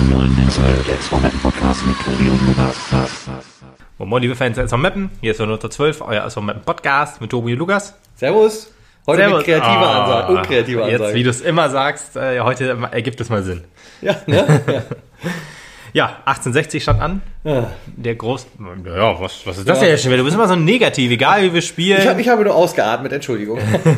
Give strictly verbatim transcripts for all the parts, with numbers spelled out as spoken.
neuen Inside der S V Meppen Podcast mit Tobi und Lukas. Moin, liebe Fans der S V Meppen, hier ist der Note zwölf, euer S V Meppen Podcast mit Tobi und Lukas. Servus. Heute Servus. mit kreativer Ah, Ansage, unkreativer Ansage. Jetzt, wie du es immer sagst, äh, heute ergibt es mal Sinn. Ja, ne? Ja. Ja, achtzehnhundertsechzig stand an. Ja. Der Groß... Ja, was, was ist das Ja. denn jetzt schon wieder? Du bist immer so negativ, egal wie wir spielen. Ich, hab, ich habe nur ausgeatmet, Entschuldigung.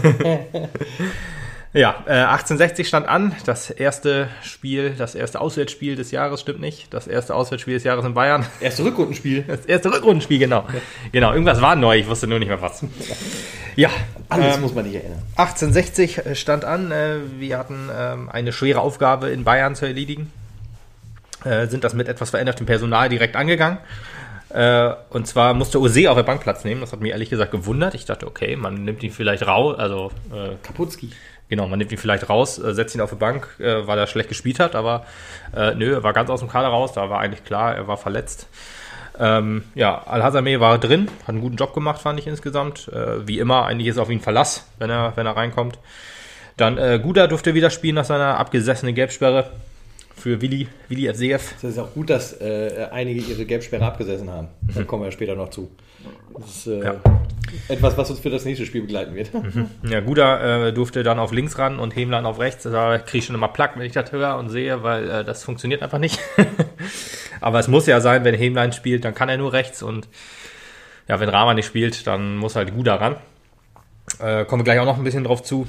Ja, äh, achtzehnhundertsechzig stand an. Das erste Spiel, das erste Auswärtsspiel des Jahres, stimmt nicht. Das erste Auswärtsspiel des Jahres in Bayern. Erste Rückrundenspiel. Das erste Rückrundenspiel, genau. Genau, irgendwas war neu, ich wusste nur nicht mehr was. Ja, Alles ähm, muss man nicht erinnern. achtzehnhundertsechzig stand an. Äh, wir hatten ähm, eine schwere Aufgabe in Bayern zu erledigen. Äh, sind das mit etwas verändertem Personal direkt angegangen. Äh, und zwar musste Ose auf der Bank Platz nehmen. Das hat mich ehrlich gesagt gewundert. Ich dachte, okay, man nimmt ihn vielleicht raus. Also, äh, Kaputski. Genau, man nimmt ihn vielleicht raus, äh, setzt ihn auf die Bank, äh, weil er schlecht gespielt hat. Aber äh, nö, er war ganz aus dem Kader raus. Da war eigentlich klar, er war verletzt. Ähm, ja, Al-Hazameh war drin, hat einen guten Job gemacht, fand ich insgesamt. Äh, wie immer, eigentlich ist auf ihn Verlass, wenn er, wenn er reinkommt. Dann äh, Guda durfte wieder spielen nach seiner abgesessenen Gelbsperre für Willi, Willi F C F. Es ist auch gut, dass äh, einige ihre Gelbsperre abgesessen haben. Da kommen wir später noch zu. Das ist äh, Ja. etwas, was uns für das nächste Spiel begleiten wird. Ja, Guda äh, durfte dann auf links ran und Hemlein auf rechts. Da kriege ich schon immer Plack, wenn ich das höre und sehe, weil äh, das funktioniert einfach nicht. Aber es muss ja sein, wenn Hemlein spielt, dann kann er nur rechts. Und ja, wenn Rahman nicht spielt, dann muss halt Guda ran. Äh, kommen wir gleich auch noch ein bisschen drauf zu.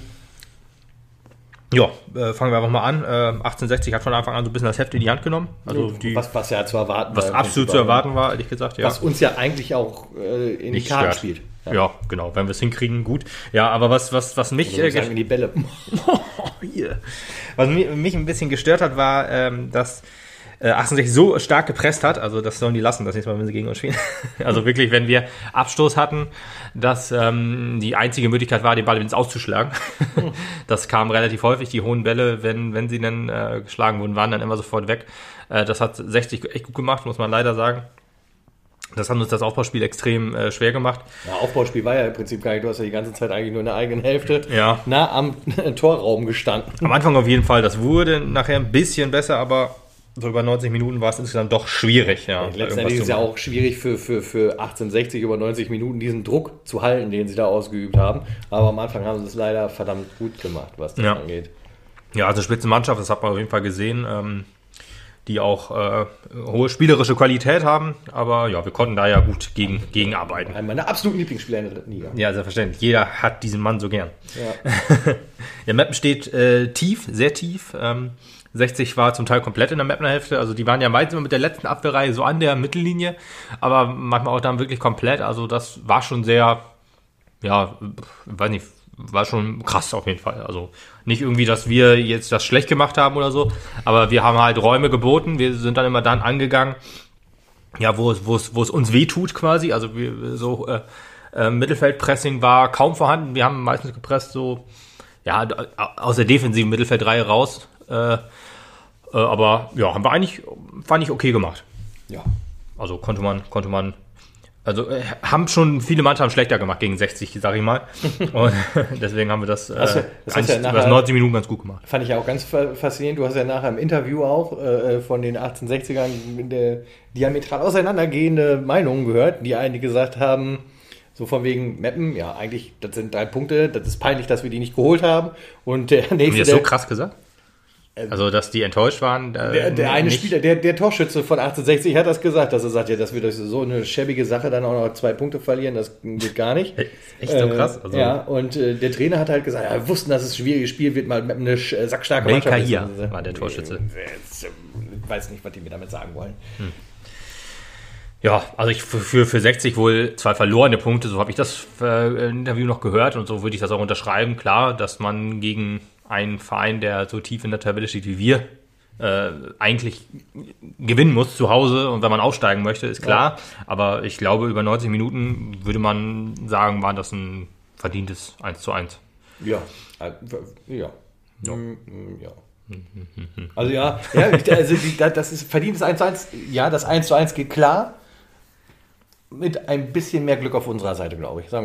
Ja, äh, fangen wir einfach mal an. Äh, achtzehnhundertsechzig hat von Anfang an so ein bisschen das Heft in die Hand genommen. Also die, was, was, was ja zu erwarten was war. absolut zu erwarten war, ehrlich gesagt. Ja. Was uns ja eigentlich auch äh, in Nicht die Karten stört. spielt. Ja. ja, genau. Wenn wir es hinkriegen, gut. Ja, aber was, was, was mich... Also äh, sagen wir die Bälle. Hier. Was mich, mich ein bisschen gestört hat, war, ähm, dass äh, achtzehnhundertsechzig so stark gepresst hat, also das sollen die lassen, das nächste Mal, wenn sie gegen uns spielen. Also wirklich, wenn wir Abstoß hatten, dass ähm, die einzige Möglichkeit war, den Ball ins Auszuschlagen. Das kam relativ häufig, die hohen Bälle, wenn, wenn sie dann äh, geschlagen wurden, waren dann immer sofort weg. Äh, das hat sechzig echt gut gemacht, muss man leider sagen. Das hat uns das Aufbauspiel extrem äh, schwer gemacht. Ja, Aufbauspiel war ja im Prinzip gar nicht. Du hast ja die ganze Zeit eigentlich nur in der eigenen Hälfte Ja. nah am Torraum gestanden. Am Anfang auf jeden Fall, das wurde nachher ein bisschen besser, aber so über neunzig Minuten war es insgesamt doch schwierig. Ja, Letztendlich ist es ja auch schwierig für, für, für achtzehnhundertsechzig über neunzig Minuten diesen Druck zu halten, den sie da ausgeübt haben. Aber am Anfang haben sie es leider verdammt gut gemacht, was das Ja. angeht. Ja, also Spitzenmannschaft, das hat man auf jeden Fall gesehen, ähm, die auch äh, hohe spielerische Qualität haben. Aber ja, wir konnten da ja gut gegen, gegenarbeiten. Einer meiner absoluten Lieblingsspieler in der dritten Liga. Ja, selbstverständlich. Jeder hat diesen Mann so gern. Ja. Der Meppen steht äh, tief, sehr tief. Ähm, sechzig war zum Teil komplett in der Mapner Hälfte. Also die waren ja meistens mit der letzten Abwehrreihe so an der Mittellinie, aber manchmal auch dann wirklich komplett. Also das war schon sehr, ja, weiß nicht, war schon krass auf jeden Fall. Also nicht irgendwie, dass wir jetzt das schlecht gemacht haben oder so, aber wir haben halt Räume geboten. Wir sind dann immer dann angegangen, ja, wo es, wo es, wo es uns weh tut quasi. Also wir, so äh, äh, Mittelfeldpressing war kaum vorhanden. Wir haben meistens gepresst so, ja, aus der defensiven Mittelfeldreihe raus. Äh, äh, aber ja, haben wir eigentlich, fand ich okay gemacht. Ja. Also konnte man, konnte man, also äh, haben schon viele Mannschaften schlechter gemacht gegen sechzig, sag ich mal. Und deswegen haben wir das, äh, Also, das ist ja über nachher- neunzig Minuten ganz gut gemacht. Fand ich ja auch ganz fa- faszinierend. Du hast ja nachher im Interview auch äh, von den achtzehnhundertsechzigern der diametral auseinandergehende Meinungen gehört, die einige gesagt haben, so von wegen Meppen, ja eigentlich, das sind drei Punkte, das ist peinlich, dass wir die nicht geholt haben. Und der Haben nächste, die das der, so krass gesagt? Also, dass die enttäuscht waren? Äh, der, der eine nicht. Spieler, der, der Torschütze von achtzehnhundertsechzig hat das gesagt, dass er sagt, ja, dass wir durch so eine schäbige Sache dann auch noch zwei Punkte verlieren, das geht gar nicht. Echt so krass? Also, Äh, ja, und äh, der Trainer hat halt gesagt, ja, wir wussten, dass es ein schwieriges Spiel wird, mal mit eine sch- sackstarke Belka Mannschaft. hier ist. war der Torschütze. Ich weiß nicht, was die mir damit sagen wollen. Ja, also ich für, für, für sechzig wohl zwei verlorene Punkte, so habe ich das äh, im Interview noch gehört und so würde ich das auch unterschreiben. Klar, dass man gegen einen Verein, der so tief in der Tabelle steht wie wir, äh, eigentlich gewinnen muss zu Hause und wenn man aufsteigen möchte, ist klar. Ja. Aber ich glaube, über neunzig Minuten würde man sagen, war das ein verdientes eins zu eins. Ja, äh, ja. Ja. ja. Also ja, ja also die, das ist verdientes eins zu eins. Ja, das eins zu eins geht klar. Mit ein bisschen mehr Glück auf unserer Seite, glaube ich. Sagen wir mal so.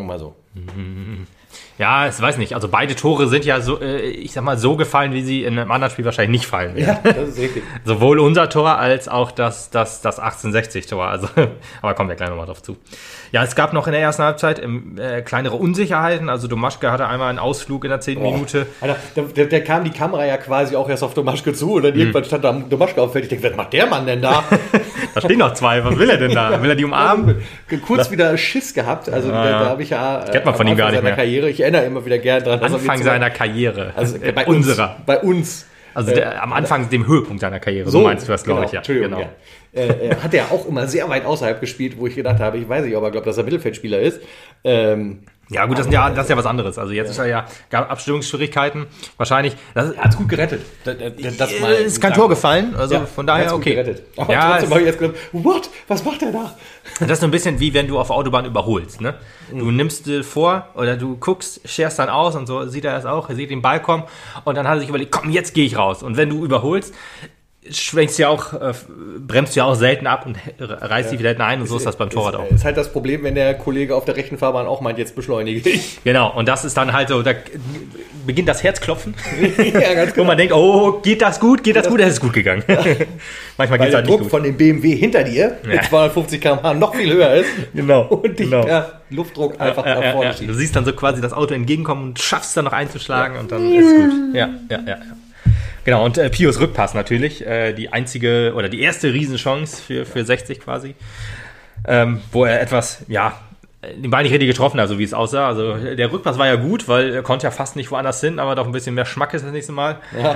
Ja, ich weiß nicht. Also beide Tore sind ja so, äh, ich sag mal, so gefallen, wie sie in einem anderen Spiel wahrscheinlich nicht fallen werden. Ja, das ist richtig. Sowohl unser Tor als auch das, das, das achtzehnhundertsechzig-Tor. Also, aber kommen wir gleich nochmal drauf zu. Ja, es gab noch in der ersten Halbzeit ähm, äh, kleinere Unsicherheiten. Also Domaschke hatte einmal einen Ausflug in der zehnten Oh. Minute. Alter, da, da, da kam die Kamera ja quasi auch erst auf Domaschke zu und dann Mhm. irgendwann stand da Domaschke auf Feld. Ich denke, was macht der Mann denn da? Da stehen noch zwei. Was will er denn da? Will er die umarmen? Kurz wieder Schiss gehabt. Also Ah, da, ja. da habe ich ja äh, Kennt man von am ihm gar Anfang nicht seiner mehr. Karriere, ich erinnere immer wieder gern dran. dass er Anfang mir seiner Karriere. Also Äh, bei unserer. Uns, bei uns. Also der, am Anfang, dem Höhepunkt seiner Karriere. So meinst du das, glaube genau, ich, ja. Entschuldigung, Genau. ja. Äh, äh, hat er auch immer sehr weit außerhalb gespielt, wo ich gedacht habe, ich weiß nicht, ob er glaubt, dass er Mittelfeldspieler ist. Ähm, Ja, gut, das, sind ja, das ist ja was anderes. Also jetzt ist er ja, gab Abstimmungsschwierigkeiten. Wahrscheinlich, das ist, er hat es gut gerettet. Das, das, das mal ist kein sagen. Tor gefallen. Also Ja, von er daher, hat's gut okay. gerettet. Aber Ja, trotzdem es- habe ich jetzt gedacht, what? Was macht er da? Das ist so ein bisschen wie wenn du auf der Autobahn überholst. Ne? Du nimmst dir vor oder du guckst, scherst dann aus und so sieht er das auch. Er sieht den Ball kommen und dann hat er sich überlegt, komm, jetzt gehe ich raus. Und wenn du überholst, schwenkst du ja auch, äh, bremst du ja auch selten ab und reißt dich wieder hinten ein und so ist das beim Torwart auch. Ist, ist halt das Problem, wenn der Kollege auf der rechten Fahrbahn auch meint, jetzt beschleunige ich. Genau, und das ist dann halt so, da beginnt das Herzklopfen. Ja, ganz Und man denkt, oh, geht das gut, geht das gut? Es ist gut gegangen. Manchmal Weil geht es der halt nicht Druck gut. von dem B M W hinter dir mit zweihundertfünfzig Kilometer pro Stunde noch viel höher ist. Genau, Und dich genau. der Luftdruck einfach Ja, nach ja, vorne ja. schiebt. Du siehst dann so quasi das Auto entgegenkommen und schaffst dann noch einzuschlagen und dann ist gut. Ja, ja, ja. ja. Genau, und äh, Pios Rückpass natürlich, äh, die einzige oder die erste Riesenchance für, für sechzig quasi, ähm, wo er etwas, ja, den Ball nicht richtig getroffen hat, so wie es aussah. Also der Rückpass war ja gut, weil er konnte ja fast nicht woanders hin, aber doch ein bisschen mehr Schmackes das nächste Mal. Ja.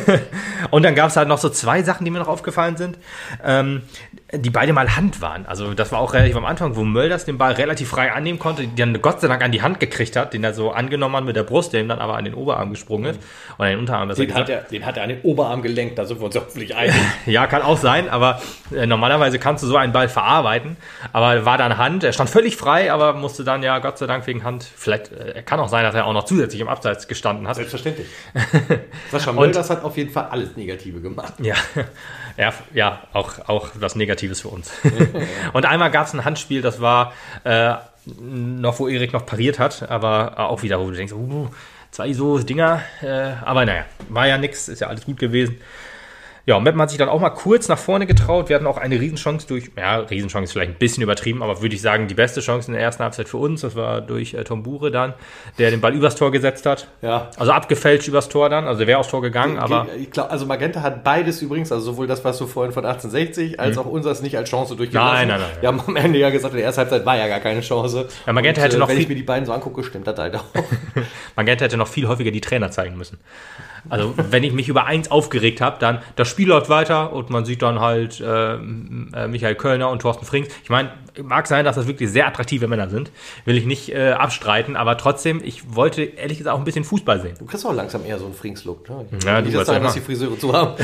Und dann gab es halt noch so zwei Sachen, die mir noch aufgefallen sind, ähm, die beide mal Hand waren. Also das war auch relativ am Anfang, wo Mölders den Ball relativ frei annehmen konnte, die dann Gott sei Dank an die Hand gekriegt hat, den er so angenommen hat mit der Brust, der ihm dann aber an den Oberarm gesprungen ist. Oder an den Unterarm, besser Den hat, gesagt. er, den hat er an den Oberarm gelenkt, da sind wir uns hoffentlich einig. Ja, kann auch sein, aber äh, normalerweise kannst du so einen Ball verarbeiten. Aber war dann Hand, er stand völlig frei, aber musste dann ja Gott sei Dank wegen Hand, vielleicht, äh, kann auch sein, dass er auch noch zusätzlich im Abseits gestanden hat. Selbstverständlich. Sascha Mölders hat auf jeden Fall alles Negative gemacht. Ja, ja, ja auch, auch was Negatives für uns. Und einmal gab es ein Handspiel, das war äh, noch, wo Erik noch pariert hat, aber auch wieder, wo du denkst, uh, zwei so Dinger, äh, aber naja, war ja nix, ist ja alles gut gewesen. Ja, und Meppen hat sich dann auch mal kurz nach vorne getraut. Wir hatten auch eine Riesenchance durch, ja, Riesenchance ist vielleicht ein bisschen übertrieben, aber würde ich sagen, die beste Chance in der ersten Halbzeit für uns, das war durch äh, Tom Bure dann, der den Ball übers Tor gesetzt hat. Ja. Also abgefälscht übers Tor dann, also der wäre aufs Tor gegangen, aber... Ich glaub, also Magenta hat beides übrigens, also sowohl das, was du vorhin von achtzehnhundertsechzig, als auch unseres nicht als Chance durchgelassen. Nein, nein, nein, Wir haben am Ende ja gesagt, in der ersten Halbzeit war ja gar keine Chance. Ja, Magenta Und, hätte äh, noch wenn viel- ich mir die beiden so angucke, stimmt das halt auch. Magenta hätte noch viel häufiger die Trainer zeigen müssen. Also wenn ich mich über eins aufgeregt habe, dann das Spiel läuft weiter und man sieht dann halt äh, äh, Michael Kölner und Thorsten Frings. Ich meine, mag sein, dass das wirklich sehr attraktive Männer sind. Will ich nicht äh, abstreiten, aber trotzdem, ich wollte ehrlich gesagt auch ein bisschen Fußball sehen. Du kriegst auch langsam eher so einen Frings-Look. Ne? Ja, Nicht, du dass weißt sagen, ja dass die Friseure zu haben.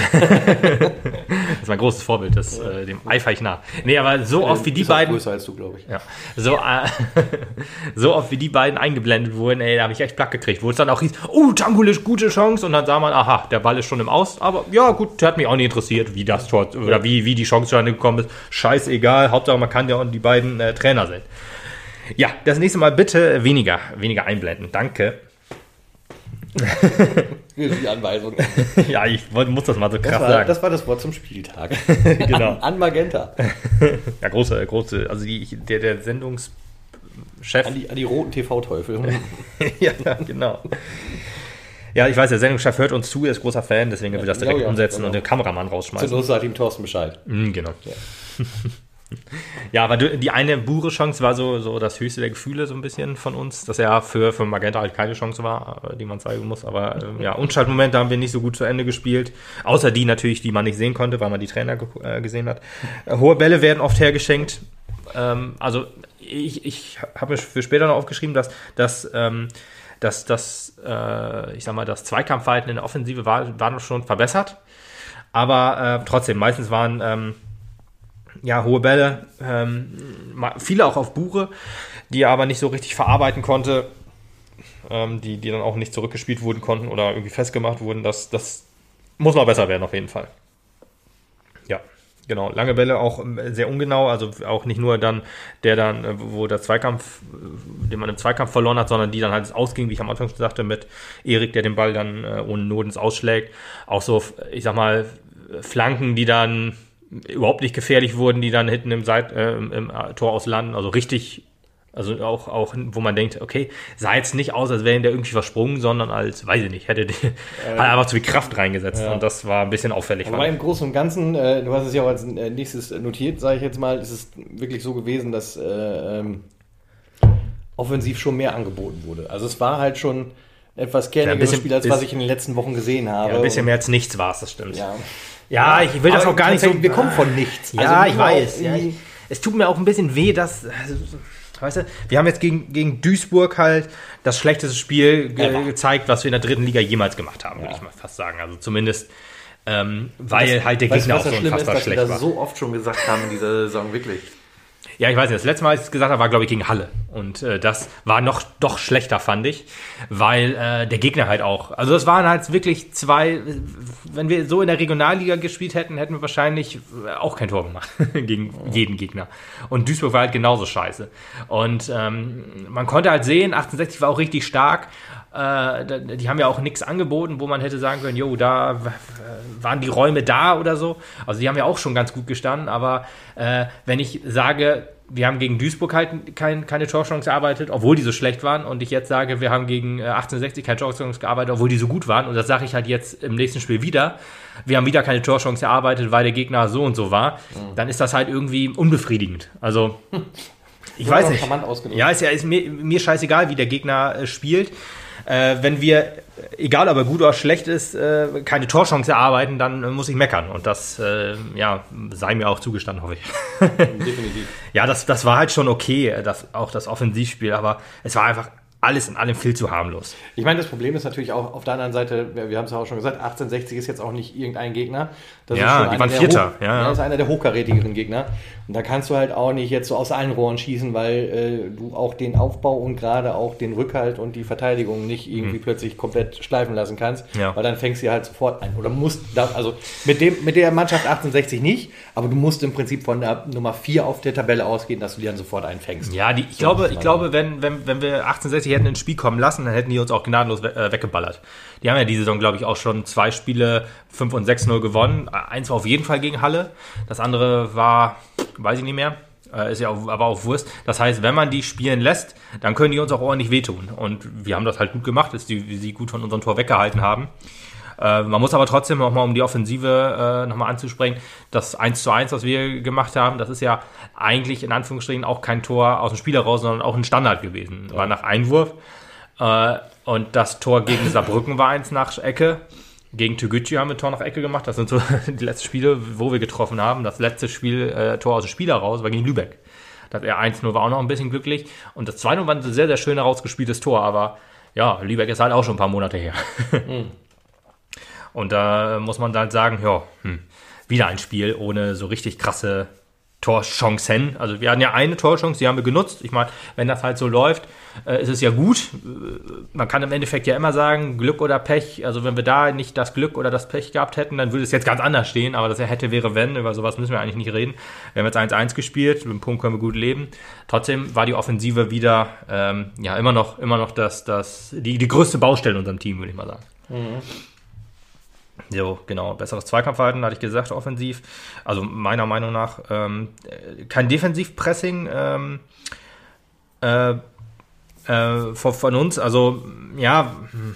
Das ist mein großes Vorbild, das, äh, dem eifere ich nach. Nee, aber so oft wie die Ist auch beiden... größer als du, glaube ich. Ja, so, äh, so oft wie die beiden eingeblendet wurden, ey, da habe ich echt Plack gekriegt. Wo es dann auch hieß, oh, Tangulic, gute Chance. Und dann sah man, aha, der Ball ist schon im Aus. Aber ja, gut, der hat mich auch nicht interessiert, wie das Tor, oder wie, wie die Chance zustande gekommen ist. Scheißegal, Hauptsache man kann ja und die beiden äh, Trainer sein. Ja, das nächste Mal bitte weniger, weniger einblenden. Danke. Die Anweisung. Ja, ich wollte, muss das mal so krass Das war, sagen. das war das Wort zum Spieltag. Genau. An, an Magenta. Ja, große, große, also die, der, der Sendungschef. An die, an die roten T V-Teufel. Ja, genau. Ja, ich weiß, der Sendungschef hört uns zu, er ist großer Fan, deswegen will er das direkt Ja, ja, umsetzen genau. und den Kameramann Zur rausschmeißen. Not sagt ihm Thorsten Bescheid. Mhm, genau. Ja, ja, aber du- die eine Bure-Chance war so, so das höchste der Gefühle so ein bisschen von uns, dass ja für, für Magenta halt keine Chance war, äh, die man zeigen muss. Aber ähm, ja, Unschaltmomente haben wir nicht so gut zu Ende gespielt. Außer die natürlich, die man nicht sehen konnte, weil man die Trainer ge äh, gesehen hat. Äh, hohe Bälle werden oft hergeschenkt. Ähm, also ich, ich habe mir für später noch aufgeschrieben, dass, dass, ähm, dass, dass äh, ich sag mal, das Zweikampfverhalten in der Offensive war, war noch schon verbessert. Aber äh, trotzdem, meistens waren ähm, ja, hohe Bälle, ähm, ma- viele auch auf Bure, die er aber nicht so richtig verarbeiten konnte, ähm, die, die dann auch nicht zurückgespielt wurden konnten oder irgendwie festgemacht wurden. Das, das muss noch besser werden auf jeden Fall. Ja, Genau, lange Bälle auch sehr ungenau, also auch nicht nur dann der dann, wo der Zweikampf, den man im Zweikampf verloren hat, sondern die dann halt ausging, wie ich am Anfang schon sagte, mit Erik, der den Ball dann äh, ohne Notens ausschlägt. Auch so, ich sag mal, Flanken, die dann überhaupt nicht gefährlich wurden, die dann hinten im, Seit, äh, im, im Tor auslanden, also richtig. Also auch, auch, wo man denkt, okay, sah jetzt nicht aus, als wäre ihn der irgendwie versprungen, sondern als, weiß ich nicht, hätte die, äh, hat einfach zu viel Kraft reingesetzt ja. Und das war ein bisschen auffällig. Aber im Großen und Ganzen, äh, du hast es ja auch als nächstes notiert, sage ich jetzt mal, ist es wirklich so gewesen, dass äh, ähm, offensiv schon mehr angeboten wurde. Also es war halt schon etwas kernigeres ja, Spiel, als was ich in den letzten Wochen gesehen habe. Ja, ein bisschen mehr als nichts war es, das stimmt. Ja, ja, ich will das auch gar nicht so... Wir kommen von nichts. Ja, also ich weiß. Ja, ich, es tut mir auch ein bisschen weh, dass... Also, weißt du, wir haben jetzt gegen, gegen Duisburg halt das schlechteste Spiel ge- ja. gezeigt, was wir in der dritten Liga jemals gemacht haben, ja. würde ich mal fast sagen. Also zumindest, ähm, weil das, halt der Gegner auch so unfassbar ist, schlecht war. Was wir so oft schon gesagt haben in dieser Saison, wirklich. Ja, ich weiß nicht, das letzte Mal, als ich es gesagt habe, war, glaube ich, gegen Halle. Und äh, das war noch doch schlechter, fand ich, weil äh, der Gegner halt auch, also das waren halt wirklich zwei, wenn wir so in der Regionalliga gespielt hätten, hätten wir wahrscheinlich auch kein Tor gemacht gegen oh. jeden Gegner. Und Duisburg war halt genauso scheiße. Und ähm, man konnte halt sehen, achtundsechzig war auch richtig stark. Äh, die haben ja auch nichts angeboten, wo man hätte sagen können, jo, da waren die Räume da oder so. Also die haben ja auch schon ganz gut gestanden, aber äh, wenn ich sage, wir haben gegen Duisburg halt kein, keine Torchance gearbeitet, obwohl die so schlecht waren, und ich jetzt sage, wir haben gegen äh, achtundsechzig keine Torchance gearbeitet, obwohl die so gut waren, und das sage ich halt jetzt im nächsten Spiel wieder, wir haben wieder keine Torchance gearbeitet, weil der Gegner so und so war, mhm. dann ist das halt irgendwie unbefriedigend. Also ich ja, weiß nicht. Ja, ist ja ist mir, mir scheißegal, wie der Gegner äh, spielt. Äh, wenn wir, egal ob er gut oder schlecht ist, äh, keine Torchance erarbeiten, dann äh, muss ich meckern. Und das äh, ja, sei mir auch zugestanden, hoffe ich. Definitiv. Ja, das, das war halt schon okay, das, auch das Offensivspiel, aber es war einfach alles in allem viel zu harmlos. Ich meine, das Problem ist natürlich auch auf der anderen Seite, wir haben es ja auch schon gesagt, achtzehnhundertsechzig ist jetzt auch nicht irgendein Gegner. Das ja, ist schon die waren Vierter. Hoch, ja, das ist einer der hochkarätigeren Gegner. Und da kannst du halt auch nicht jetzt so aus allen Rohren schießen, weil äh, du auch den Aufbau und gerade auch den Rückhalt und die Verteidigung nicht irgendwie mhm. plötzlich komplett schleifen lassen kannst, ja. weil dann fängst du halt sofort ein. Oder musst, da, also mit, dem, mit der Mannschaft achtzehnhundertsechzig nicht, aber du musst im Prinzip von der Nummer vier auf der Tabelle ausgehen, dass du die dann sofort einfängst. Ja, die, ich so, glaube, ich glaube wenn, wenn, wenn wir achtzehnhundertsechzig hätten ins Spiel kommen lassen, dann hätten die uns auch gnadenlos we- äh, weggeballert. Die haben ja die Saison, glaube ich, auch schon zwei Spiele fünf und sechs null gewonnen. Eins war auf jeden Fall gegen Halle. Das andere war, weiß ich nicht mehr. Äh, ist ja auch, aber auch Wurst. Das heißt, wenn man die spielen lässt, dann können die uns auch ordentlich wehtun. Und wir haben das halt gut gemacht, dass die, sie gut von unserem Tor weggehalten haben. Äh, man muss aber trotzdem nochmal, um die Offensive äh, nochmal anzusprechen, das eins zu eins, was wir gemacht haben, das ist ja eigentlich in Anführungsstrichen auch kein Tor aus dem Spiel heraus, sondern auch ein Standard gewesen. Ja. War nach Einwurf. Äh, und das Tor gegen Saarbrücken war eins nach Ecke. Gegen Tegucci haben wir ein Tor nach Ecke gemacht. Das sind so die letzten Spiele, wo wir getroffen haben. Das letzte Spiel, äh, Tor aus dem Spiel heraus, war gegen Lübeck. Das R eins null war auch noch ein bisschen glücklich. Und das zwei null war ein sehr, sehr schön herausgespieltes Tor. Aber ja, Lübeck ist halt auch schon ein paar Monate her. Mhm. Und da muss man dann sagen, ja, hm, wieder ein Spiel ohne so richtig krasse Torchancen. Also wir hatten ja eine Torchance, die haben wir genutzt. Ich meine, wenn das halt so läuft, äh, ist es ja gut. Man kann im Endeffekt ja immer sagen, Glück oder Pech. Also wenn wir da nicht das Glück oder das Pech gehabt hätten, dann würde es jetzt ganz anders stehen. Aber das hätte, wäre, wenn. Über sowas müssen wir eigentlich nicht reden. Wir haben jetzt eins eins gespielt, mit dem Punkt können wir gut leben. Trotzdem war die Offensive wieder ähm, ja immer noch, immer noch das, das, die, die größte Baustelle in unserem Team, würde ich mal sagen. Mhm. So, genau, besseres Zweikampfverhalten, hatte ich gesagt, offensiv. Also meiner Meinung nach ähm, kein Defensivpressing ähm, äh, äh, von, von uns. Also, ja,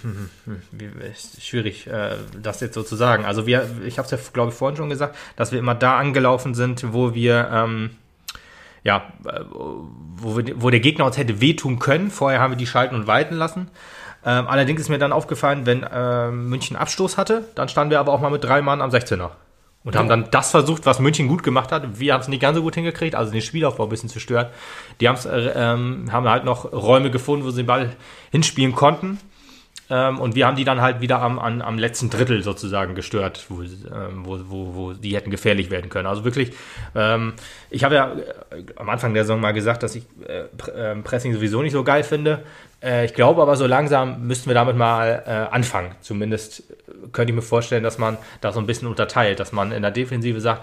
ist schwierig, äh, das jetzt so zu sagen. Also, wir, ich habe es ja, glaube ich, vorhin schon gesagt, dass wir immer da angelaufen sind, wo wir, ähm, ja, wo, wir, wo der Gegner uns hätte wehtun können. Vorher haben wir die schalten und walten lassen. Ähm, allerdings ist mir dann aufgefallen, wenn äh, München Abstoß hatte, dann standen wir aber auch mal mit drei Mann am sechzehner. Und ja. haben dann das versucht, was München gut gemacht hat. Wir haben es nicht ganz so gut hingekriegt, also den Spielaufbau ein bisschen zu stören. Die haben's, äh, ähm, haben halt noch Räume gefunden, wo sie den Ball hinspielen konnten. Ähm, und wir haben die dann halt wieder am, an, am letzten Drittel sozusagen gestört, wo, ähm, wo, wo, wo die hätten gefährlich werden können. Also wirklich, ähm, ich habe ja äh, am Anfang der Saison mal gesagt, dass ich äh, Pressing sowieso nicht so geil finde. Äh, ich glaube aber, so langsam müssten wir damit mal äh, anfangen. Zumindest könnte ich mir vorstellen, dass man da so ein bisschen unterteilt, dass man in der Defensive sagt,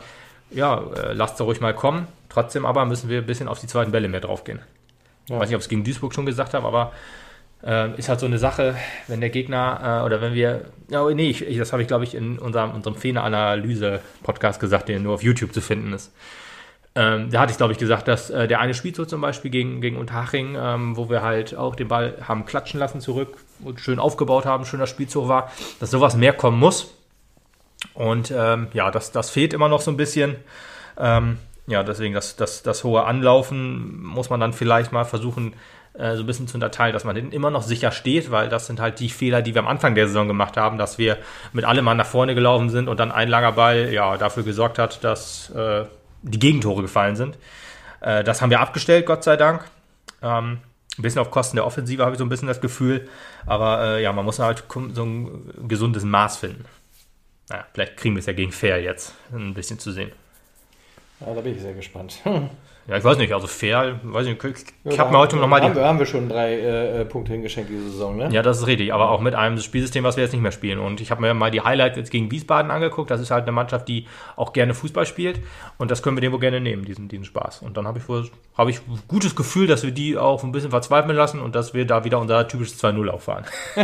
ja, äh, lasst da ruhig mal kommen. Trotzdem aber müssen wir ein bisschen auf die zweiten Bälle mehr draufgehen. Ich Ja. weiß nicht, ob ich es gegen Duisburg schon gesagt habe, aber äh, ist halt so eine Sache, wenn der Gegner äh, oder wenn wir, ja, nee, ich, ich, das habe ich glaube ich in unserem, unserem Fehleranalyse-Podcast gesagt, der nur auf YouTube zu finden ist. Ähm, da hatte ich glaube ich gesagt, dass äh, der eine Spielzug zum Beispiel gegen, gegen Unterhaching, ähm, wo wir halt auch den Ball haben klatschen lassen zurück und schön aufgebaut haben, schöner Spielzug war, dass sowas mehr kommen muss. Und ähm, ja, das, das fehlt immer noch so ein bisschen. Ähm, ja, deswegen das, das, das hohe Anlaufen muss man dann vielleicht mal versuchen, äh, so ein bisschen zu unterteilen, dass man hinten immer noch sicher steht, weil das sind halt die Fehler, die wir am Anfang der Saison gemacht haben, dass wir mit allem Mann nach vorne gelaufen sind und dann ein langer Ball ja, dafür gesorgt hat, dass äh, die Gegentore gefallen sind. Äh, das haben wir abgestellt, Gott sei Dank. Ähm, ein bisschen auf Kosten der Offensive habe ich so ein bisschen das Gefühl. Aber äh, ja, man muss halt so ein gesundes Maß finden. Naja, vielleicht kriegen wir es ja gegen Fair jetzt ein bisschen zu sehen. Ja, da bin ich sehr gespannt. Ja, ich weiß nicht, also Fair, weiß nicht, ich, ich Ja, habe mir heute nochmal haben die... wir, haben wir schon drei äh, Punkte hingeschenkt diese Saison, ne? Ja, das ist richtig, aber auch mit einem Spielsystem, was wir jetzt nicht mehr spielen. Und ich habe mir mal die Highlights jetzt gegen Wiesbaden angeguckt. Das ist halt eine Mannschaft, die auch gerne Fußball spielt. Und das können wir dem wohl gerne nehmen, diesen, diesen Spaß. Und dann habe ich, wohl- habe ich ein gutes Gefühl, dass wir die auch ein bisschen verzweifeln lassen und dass wir da wieder unser typisches zwei null auffahren.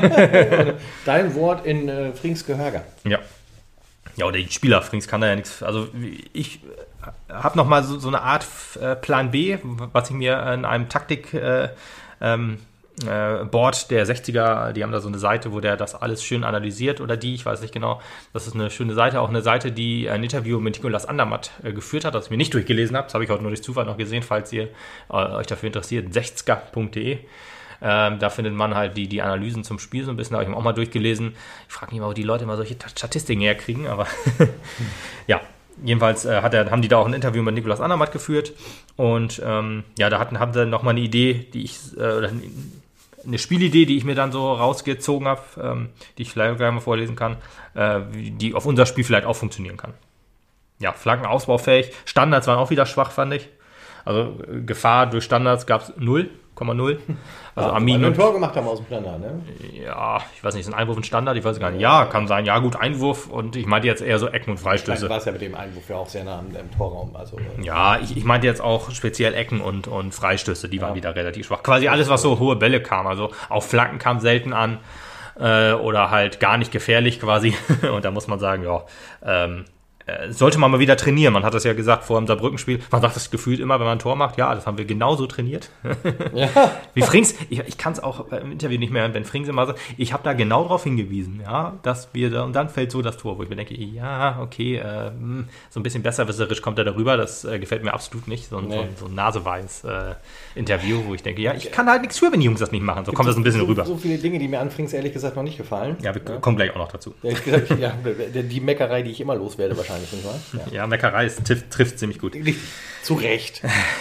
Dein Wort in äh, Frings Gehörger. Ja. Ja, oder die Spieler, Frings kann da ja nichts. Also ich habe nochmal so, so eine Art äh, Plan B, was ich mir in einem Taktik äh, ähm, äh, Board der sechziger, die haben da so eine Seite, wo der das alles schön analysiert oder die, ich weiß nicht genau. Das ist eine schöne Seite, auch eine Seite, die ein Interview mit Nicolas Andermatt äh, geführt hat, das ich mir nicht durchgelesen habe. Das habe ich heute nur durch Zufall noch gesehen, falls ihr äh, euch dafür interessiert. sechziger punkt de. Ähm, da findet man halt die, die Analysen zum Spiel so ein bisschen, da habe ich mir auch mal durchgelesen. Ich frage mich mal, wo die Leute immer solche Statistiken herkriegen, aber ja, jedenfalls äh, hat er, haben die da auch ein Interview mit Nicolas Andermatt geführt und ähm, ja, da hatten, haben sie nochmal eine Idee, die ich, äh, oder eine Spielidee, die ich mir dann so rausgezogen habe, ähm, die ich vielleicht gleich mal vorlesen kann, äh, die auf unser Spiel vielleicht auch funktionieren kann. Ja, Flanken ausbaufähig, Standards waren auch wieder schwach, fand ich. Also äh, Gefahr durch Standards gab es null Komma null. Also ja, Armin weil wir ein und, Tor gemacht haben aus dem Planer, ne? ja, ich weiß nicht, ist ein Einwurf ein Standard? Ich weiß gar nicht. Ja, kann sein. Ja, gut, Einwurf und ich meinte jetzt eher so Ecken und Freistöße. Du warst ja mit dem Einwurf ja auch sehr nah am, am Torraum. Also, äh, Ja, ich, ich meinte jetzt auch speziell Ecken und, und Freistöße, die waren wieder relativ schwach. Quasi alles, was so hohe Bälle kam. Also auch Flanken kam selten an äh, oder halt gar nicht gefährlich quasi. Und da muss man sagen, ja, ähm, äh, sollte man mal wieder trainieren. Man hat das ja gesagt vor dem Saarbrücken-Spiel. Man sagt das gefühlt immer, wenn man ein Tor macht. Ja, das haben wir genauso trainiert. ja. Wie Frings, ich, ich kann es auch im Interview nicht mehr hören, wenn Frings immer sagt, ich habe da genau darauf hingewiesen, ja, dass wir da, und dann fällt so das Tor, wo ich mir denke, ja, okay, äh, so ein bisschen besserwisserisch kommt er darüber, das äh, gefällt mir absolut nicht, so ein, Nee. so ein, so ein naseweiß äh, Interview, wo ich denke, ja, ich kann halt nichts für, wenn die Jungs das nicht machen, so kommt das ein bisschen so, rüber. So viele Dinge, die mir an Frings ehrlich gesagt noch nicht gefallen. Ja, wir kommen gleich auch noch dazu. Ja, ich gesagt, ja, die Meckerei, die ich immer loswerde wahrscheinlich, nicht wahr? Ja. Ja, Meckerei ist, trifft, trifft ziemlich gut. Richtig. Zu Recht.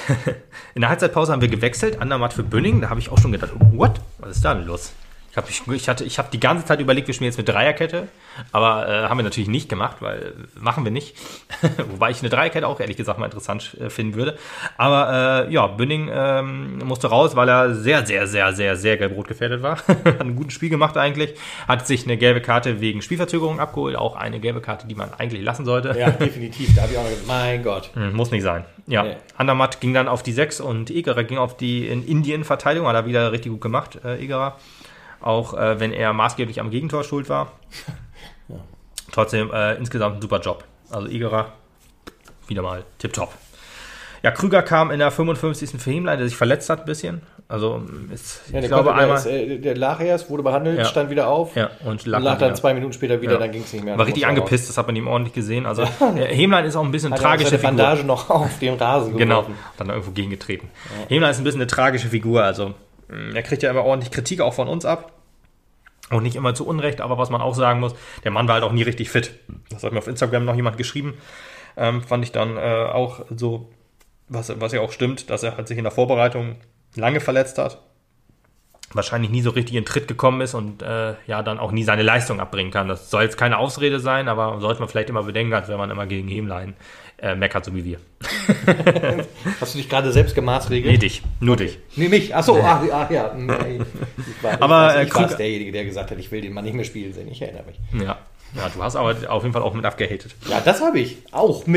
In der Halbzeitpause haben wir gewechselt, Andermatt für Bünning. Da habe ich auch schon gedacht, what? Was ist da denn los? Ich habe ich hatte, ich hab die ganze Zeit überlegt, wir spielen jetzt mit Dreierkette, aber äh, haben wir natürlich nicht gemacht, weil äh, machen wir nicht. Wobei ich eine Dreierkette auch ehrlich gesagt mal interessant äh, finden würde. Aber äh, ja, Bünning ähm, musste raus, weil er sehr, sehr, sehr, sehr, sehr gelb-rot gefährdet war. Hat ein gutes Spiel gemacht eigentlich. Hat sich eine gelbe Karte wegen Spielverzögerung abgeholt. Auch eine gelbe Karte, die man eigentlich lassen sollte. Ja, definitiv. Da habe ich auch noch gedacht, mein Gott. Hm, Muss nicht sein. Ja, Nee. Andermatt ging dann auf die sechs und Egerer ging auf die in Indien-Verteidigung. Hat er wieder richtig gut gemacht, äh, Egerer. Auch äh, wenn er maßgeblich am Gegentor schuld war. Ja. Trotzdem äh, insgesamt ein super Job. Also Egerer, wieder mal tipptopp. Ja, Krüger kam in der fünfundfünfzigsten für Hemlein, der sich verletzt hat ein bisschen. Also ist, Ja, ich der, glaube konnte, der, einmal... ist, äh, der lag erst, wurde behandelt, Ja. stand wieder auf. ja, und lag, Und lag dann dann wieder. zwei Minuten später wieder, Ja. dann ging es nicht mehr. War Dann richtig musste er angepisst, das hat man ihm ordentlich gesehen. Also ja. Hemlein ist auch ein bisschen eine raus. Hat er auch tragische seine Figur. Bandage noch auf den Rasen Genau, geworfen. dann irgendwo gegengetreten. Ja. Hemlein ist ein bisschen eine tragische Figur. Also mh, er kriegt ja immer ordentlich Kritik auch von uns ab. Und nicht immer zu Unrecht, aber was man auch sagen muss, der Mann war halt auch nie richtig fit. Das hat mir auf Instagram noch jemand geschrieben. Ähm, fand ich dann äh, auch so, was, was ja auch stimmt, dass er halt sich in der Vorbereitung lange verletzt hat. Wahrscheinlich nie so richtig in Tritt gekommen ist und äh, ja dann auch nie seine Leistung abbringen kann. Das soll jetzt keine Ausrede sein, aber sollte man vielleicht immer bedenken, als wenn man immer gegen Hemlein äh, meckert, so wie wir. Hast du dich gerade selbst gemaßregelt? Nee, dich. Nur dich. Nee, mich. Achso, ach, ach ja. Nee. Ich war, Aber, ich, weiß, äh, ich war Krüger- derjenige, der gesagt hat, ich will den Mann nicht mehr spielen sehen. Ich erinnere mich. Ja. Ja, du hast aber auf jeden Fall auch mit abgehatet. Ja, das habe ich. Auch mit.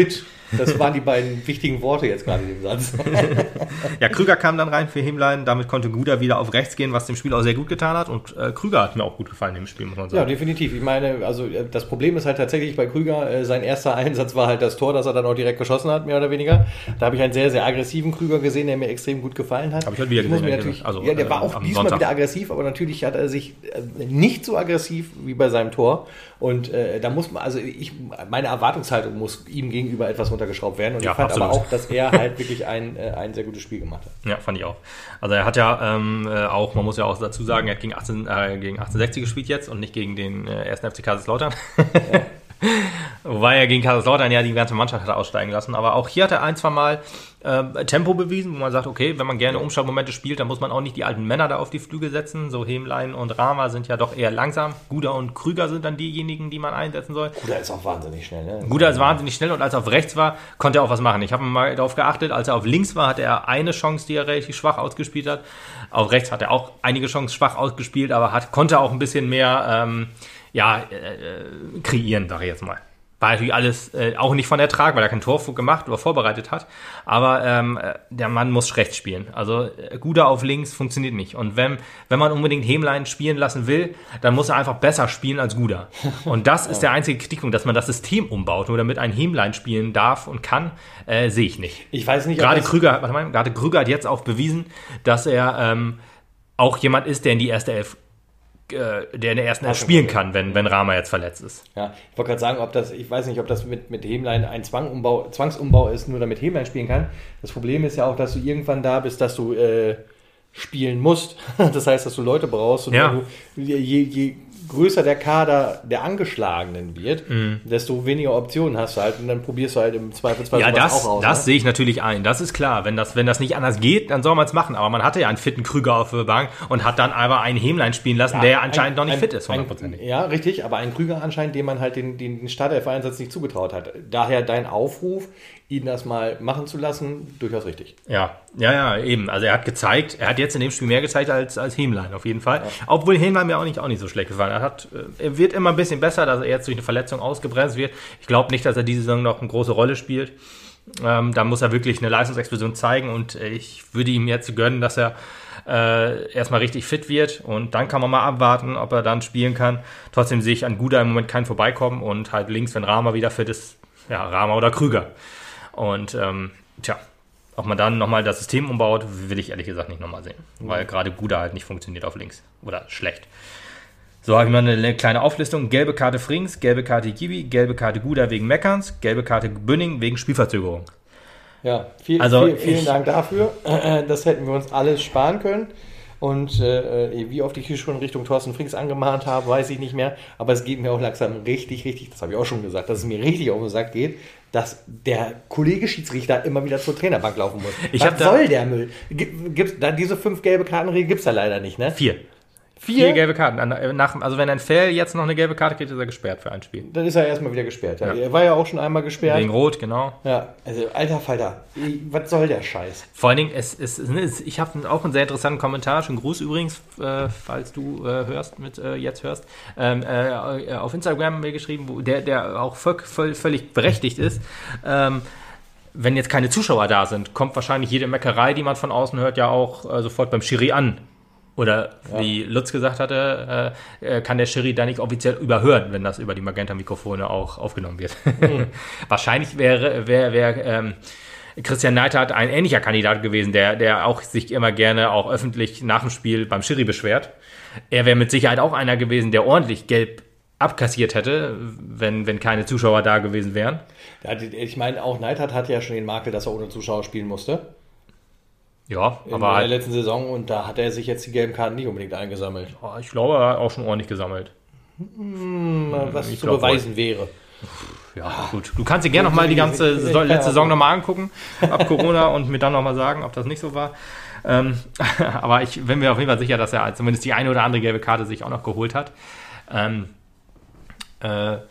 Das waren die beiden wichtigen Worte jetzt gerade in dem Satz. Ja, Krüger kam dann rein für Hemlein, damit konnte Guda wieder auf rechts gehen, was dem Spiel auch sehr gut getan hat und äh, Krüger hat mir auch gut gefallen im Spiel, muss man sagen. Ja, definitiv. Ich meine, also das Problem ist halt tatsächlich bei Krüger, äh, sein erster Einsatz war halt das Tor, das er dann auch direkt geschossen hat, mehr oder weniger. Da habe ich einen sehr, sehr aggressiven Krüger gesehen, der mir extrem gut gefallen hat. Habe ich heute wieder Ich muss gesehen. mir natürlich, also, ja, der äh, war auch am diesmal Sonntag. wieder aggressiv, aber natürlich hat er sich äh, nicht so aggressiv wie bei seinem Tor. Und äh, da muss man, also ich, meine Erwartungshaltung muss ihm gegenüber etwas runtergeschraubt werden. Und Ja, ich fand absolut. aber auch, dass er halt wirklich ein, äh, ein sehr gutes Spiel gemacht hat. Ja, fand ich auch. Also er hat ja ähm, äh, auch, man muss ja auch dazu sagen, er hat gegen, achtzehn, äh, gegen achtzehnhundertsechzig gespielt jetzt und nicht gegen den äh, ersten F C Kaiserslautern. Ja. Wobei er gegen Kaiserslautern ja die ganze Mannschaft hat aussteigen lassen. Aber auch hier hat er ein, zwei Mal äh, Tempo bewiesen, wo man sagt, okay, wenn man gerne Umschaltmomente spielt, dann muss man auch nicht die alten Männer da auf die Flügel setzen. So Hemlein und Rama sind ja doch eher langsam. Guda und Krüger sind dann diejenigen, die man einsetzen soll. Guda ist auch wahnsinnig schnell, ne? Guda ist wahnsinnig schnell und als er auf rechts war, konnte er auch was machen. Ich habe mal darauf geachtet, als er auf links war, hatte er eine Chance, die er relativ schwach ausgespielt hat. Auf rechts hat er auch einige Chancen schwach ausgespielt, aber hat, konnte auch ein bisschen mehr ähm, ja, äh, kreieren, sage ich jetzt mal. War natürlich alles äh, auch nicht von Ertrag, weil er kein Tor gemacht oder vorbereitet hat. Aber ähm, der Mann muss rechts spielen. Also äh, Guda auf links funktioniert nicht. Und wenn, wenn man unbedingt Hemlein spielen lassen will, dann muss er einfach besser spielen als Guda. Und das ist der einzige Kritikpunkt, dass man das System umbaut, nur damit ein Hemlein spielen darf und kann, äh, sehe ich nicht. Ich weiß nicht, Gerade Krüger, warte mal, gerade Krüger hat jetzt auch bewiesen, dass er ähm, auch jemand ist, der in die erste Elf der in der ersten Elf spielen kann, wenn, wenn Rama jetzt verletzt ist. Ja, ich wollte gerade sagen, ob das, ich weiß nicht, ob das mit, mit Hemlein ein Zwangumbau, Zwangsumbau ist, nur damit Hemlein spielen kann. Das Problem ist ja auch, dass du irgendwann da bist, dass du äh, spielen musst. Das heißt, dass du Leute brauchst und ja. du, je, je größer der Kader der Angeschlagenen wird, mhm. desto weniger Optionen hast du halt und dann probierst du halt im Zweifelsfall ja, sowas das, auch aus. das ne? sehe ich natürlich ein. Das ist klar. Wenn das, wenn das nicht anders geht, dann soll man es machen. Aber man hatte ja einen fitten Krüger auf der Bank und hat dann aber einen Hemlein spielen lassen, Ja, der ja anscheinend ein, noch nicht ein, fit ist, ein, hundertprozentig. Ja, richtig, aber ein Krüger anscheinend, dem man halt den, den, den Startelf-Einsatz nicht zugetraut hat. Daher dein Aufruf, ihn das mal machen zu lassen, durchaus richtig. Ja, ja, ja, eben. Also er hat gezeigt, er hat jetzt in dem Spiel mehr gezeigt als, als Hemlein auf jeden Fall. Ja. Obwohl Hemlein mir auch nicht, auch nicht so schlecht gefallen hat. Er, hat, er wird immer ein bisschen besser, dass er jetzt durch eine Verletzung ausgebremst wird. Ich glaube nicht, dass er diese Saison noch eine große Rolle spielt. Ähm, da muss er wirklich eine Leistungsexplosion zeigen und ich würde ihm jetzt gönnen, dass er äh, erstmal richtig fit wird und dann kann man mal abwarten, ob er dann spielen kann. Trotzdem sehe ich an Guda im Moment kein Vorbeikommen und halt links, wenn Rama wieder fit ist, ja, Rama oder Krüger. Und ähm, tja, ob man dann nochmal das System umbaut, will ich ehrlich gesagt nicht nochmal sehen. Mhm. Weil gerade Guda halt nicht funktioniert auf links. Oder schlecht. So, habe ich mal eine kleine Auflistung. Gelbe Karte Frings, gelbe Karte Gibi, gelbe Karte Guda wegen Meckerns, gelbe Karte Bünning wegen Spielverzögerung. Ja, viel, also viel, vielen ich, Dank dafür. Das hätten wir uns alles sparen können. Und äh, wie oft ich hier schon Richtung Thorsten Frings angemahnt habe, weiß ich nicht mehr. Aber es geht mir auch langsam richtig, richtig, das habe ich auch schon gesagt, dass es mir richtig auf den Sack geht, dass der Kollege Schiedsrichter immer wieder zur Trainerbank laufen muss. Ich Was soll da, der Müll? Gibt's, da, diese fünf gelbe Kartenregel gibt es da leider nicht, ne? Vier. Vier? Vier gelbe Karten. Nach, also wenn ein Fell jetzt noch eine gelbe Karte kriegt, ist er gesperrt für ein Spiel. Dann ist er erstmal wieder gesperrt. Ja. Ja. Er war ja auch schon einmal gesperrt. Wegen Rot, genau. Ja, also alter Falter, was soll der Scheiß? Vor allen Dingen, es, es, es, ich habe auch einen sehr interessanten Kommentar, schönen Gruß übrigens, äh, falls du äh, hörst, mit äh, jetzt hörst, ähm, äh, auf Instagram mir geschrieben, wo der, der auch voll, voll, völlig berechtigt ist. Ähm, wenn jetzt keine Zuschauer da sind, kommt wahrscheinlich jede Meckerei, die man von außen hört, ja auch äh, sofort beim Schiri an. Oder wie ja. Lutz gesagt hatte, äh, kann der Schiri da nicht offiziell überhören, wenn das über die Magenta-Mikrofone auch aufgenommen wird. Mhm. Wahrscheinlich wäre wär, wär, ähm, Christian Neidhardt ein ähnlicher Kandidat gewesen, der, der auch sich immer gerne auch öffentlich nach dem Spiel beim Schiri beschwert. Er wäre mit Sicherheit auch einer gewesen, der ordentlich gelb abkassiert hätte, wenn, wenn keine Zuschauer da gewesen wären. Ja, ich meine, auch Neidhardt hat ja schon den Makel, dass er ohne Zuschauer spielen musste. Ja, in aber der halt, letzten Saison und da hat er sich jetzt die gelben Karten nicht unbedingt eingesammelt. Ich glaube, er hat auch schon ordentlich gesammelt. Hm, was ich zu glaub, beweisen wäre. Ja, gut. Du kannst dir gerne nochmal die ganze Saison, letzte Saison nochmal angucken, ab Corona, und mir dann nochmal sagen, ob das nicht so war. Ähm, aber ich bin mir auf jeden Fall sicher, dass er zumindest die eine oder andere gelbe Karte sich auch noch geholt hat. Ähm, äh,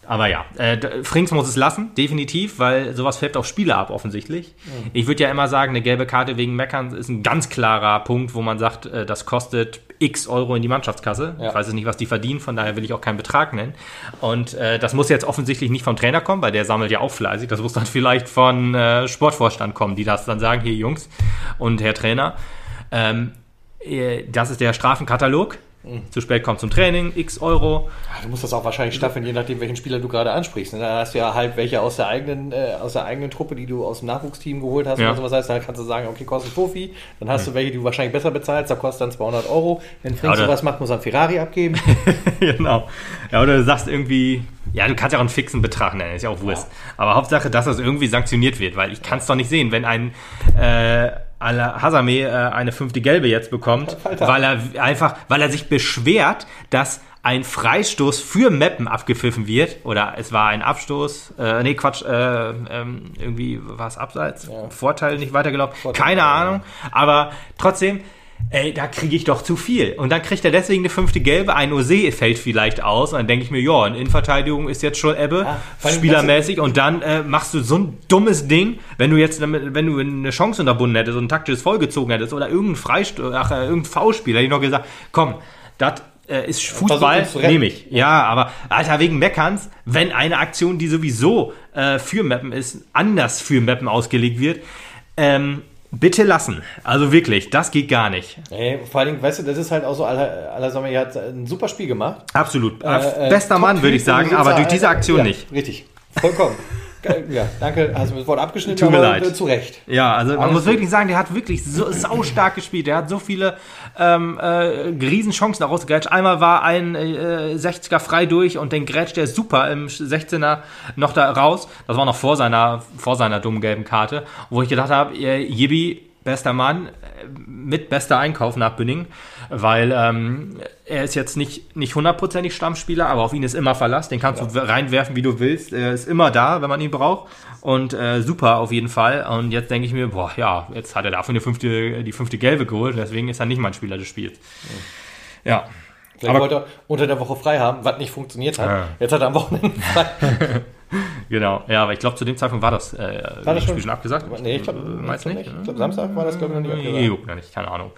Aber ja, äh, Frings muss es lassen, definitiv, weil sowas fällt auf Spieler ab, offensichtlich. Mhm. Ich würde ja immer sagen, eine gelbe Karte wegen Meckern ist ein ganz klarer Punkt, wo man sagt, äh, das kostet x Euro in die Mannschaftskasse. Ja. Ich weiß jetzt nicht, was die verdienen, von daher will ich auch keinen Betrag nennen. Und äh, das muss jetzt offensichtlich nicht vom Trainer kommen, weil der sammelt ja auch fleißig. Das muss dann vielleicht von äh, Sportvorstand kommen, die das dann sagen, hier Jungs und Herr Trainer, ähm, äh, das ist der Strafenkatalog. Mhm. Zu spät kommt zum Training, x Euro. Du musst das auch wahrscheinlich staffeln, je nachdem, welchen Spieler du gerade ansprichst. Da hast du ja halt welche aus der eigenen, äh, aus der eigenen Truppe, die du aus dem Nachwuchsteam geholt hast. Ja. Oder sowas heißt, da kannst du sagen, okay, kostet Profi. Dann hast mhm. du welche, die du wahrscheinlich besser bezahlst, da kostet dann zweihundert Euro. Wenn Frings ja, sowas macht, muss er einen Ferrari abgeben. Genau. Ja, oder du sagst irgendwie, ja, du kannst ja auch einen fixen Betrag nennen, ist ja auch Wurst. Ja. Aber Hauptsache, dass das irgendwie sanktioniert wird, weil ich kann es doch nicht sehen, wenn ein äh, Al-Hazame äh, eine fünfte Gelbe jetzt bekommt, Alter. weil er einfach, weil er sich beschwert, dass ein Freistoß für Meppen abgepfiffen wird, oder es war ein Abstoß, äh, nee, Quatsch, äh, ähm, irgendwie war es abseits, ja. Vorteil nicht weitergelaufen, Vorteil, keine ja. Ahnung, aber trotzdem, ey, da kriege ich doch zu viel. Und dann kriegt er deswegen eine fünfte Gelbe, ein Ose fällt vielleicht aus und dann denke ich mir, ja, in Innenverteidigung ist jetzt schon Ebbe, ja, spielermäßig, und dann äh, machst du so ein dummes Ding, wenn du jetzt, wenn du eine Chance unterbunden hättest und ein taktisches Foul gezogen hättest oder irgendein Freistoß, ach, äh, irgendein Foulspiel, hätte ich noch gesagt, komm, das äh, ist Fußball, nehme ich. Ja, aber Alter, wegen Meckerns, wenn eine Aktion, die sowieso äh, für Meppen ist, anders für Meppen ausgelegt wird, ähm, bitte lassen. Also wirklich, das geht gar nicht. Ey, vor allem, weißt du, das ist halt auch so, Al-Hazame hat ein super Spiel gemacht. Absolut. Äh, Bester Mann, würde ich sagen, aber durch diese Aktion ja, nicht. Richtig. Vollkommen. Ja, danke, hast du das Wort abgeschnitten, Tut mir aber leid. zu Recht. Ja, also man Alles muss wirklich sagen, der hat wirklich so saustark gespielt. Der hat so viele ähm, äh, Riesenchancen daraus gegrätscht. Einmal war ein äh, sechziger frei durch und den grätscht der super im sechzehner noch da raus. Das war noch vor seiner, vor seiner dummen gelben Karte, wo ich gedacht habe, äh, Jibi, bester Mann, mit bester Einkauf nach Bünding, weil ähm, er ist jetzt nicht nicht hundertprozentig Stammspieler, aber auf ihn ist immer Verlass, den kannst ja. du reinwerfen, wie du willst, er ist immer da, wenn man ihn braucht, und äh, super auf jeden Fall, und jetzt denke ich mir, boah, ja, jetzt hat er dafür eine fünfte, die fünfte Gelbe geholt, deswegen ist er nicht mein Spieler des Spiels. Ja. ja. Vielleicht wollte er unter der Woche frei haben, was nicht funktioniert hat, ja. Jetzt hat er am Wochenende frei. Genau, ja, aber ich glaube, zu dem Zeitpunkt war das, äh, war das schon, schon abgesagt. Nee, ich glaube nicht. nicht. Ich glaub, Samstag war das, glaube ich, noch nicht abgesagt. Nee, nicht, keine Ahnung.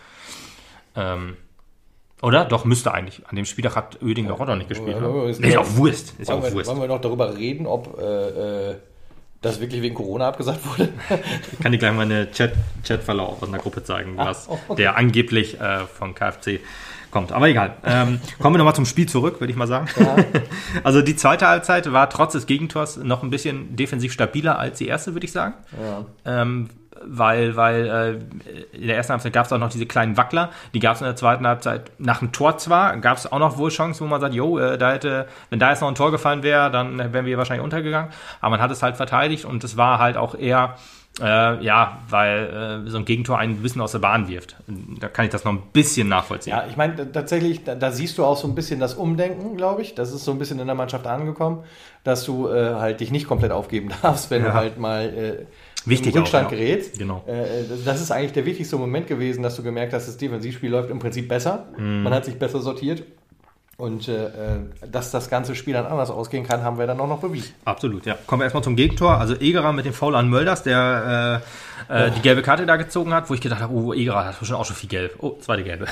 Ähm, oder? Doch, müsste eigentlich. An dem Spieltag hat Oeding doch auch noch nicht gespielt. Ja, ne? Ist nee, auch Wurst. Ist wollen, auch wir, Wurst. wollen wir noch darüber reden, ob äh, äh, das wirklich wegen Corona abgesagt wurde? Ich kann dir gleich mal einen Chat, Chatverlauf aus einer Gruppe zeigen, was ah, okay. der angeblich äh, von K F C kommt. Aber egal. Ähm, kommen wir nochmal zum Spiel zurück, würde ich mal sagen. Ja. Also die zweite Halbzeit war trotz des Gegentors noch ein bisschen defensiv stabiler als die erste, würde ich sagen. Ja. Ähm, weil, weil äh, in der ersten Halbzeit gab es auch noch diese kleinen Wackler. Die gab es in der zweiten Halbzeit nach dem Tor zwar, gab es auch noch wohl Chancen, wo man sagt, jo, äh, da hätte, wenn da jetzt noch ein Tor gefallen wäre, dann wären wir wahrscheinlich untergegangen. Aber man hat es halt verteidigt, und es war halt auch eher Äh, ja, weil äh, so ein Gegentor einen ein bisschen aus der Bahn wirft. Da kann ich das noch ein bisschen nachvollziehen. Ja, ich meine, tatsächlich, da, da siehst du auch so ein bisschen das Umdenken, glaube ich. Das ist so ein bisschen in der Mannschaft angekommen, dass du äh, halt dich nicht komplett aufgeben darfst, wenn ja. du halt mal äh, Wichtig im Rückstand auch, ja. gerätst. Genau. Äh, das ist eigentlich der wichtigste Moment gewesen, dass du gemerkt hast, das Defensivspiel läuft im Prinzip besser. Mm. Man hat sich besser sortiert. Und äh, dass das ganze Spiel dann anders ausgehen kann, haben wir dann auch noch bewiesen. Absolut, ja. Kommen wir erstmal zum Gegentor. Also Egerer mit dem Foul an Mölders, der äh, äh, die gelbe Karte da gezogen hat, wo ich gedacht habe, oh, Egerer hat schon auch schon viel gelb. Oh, zweite gelbe.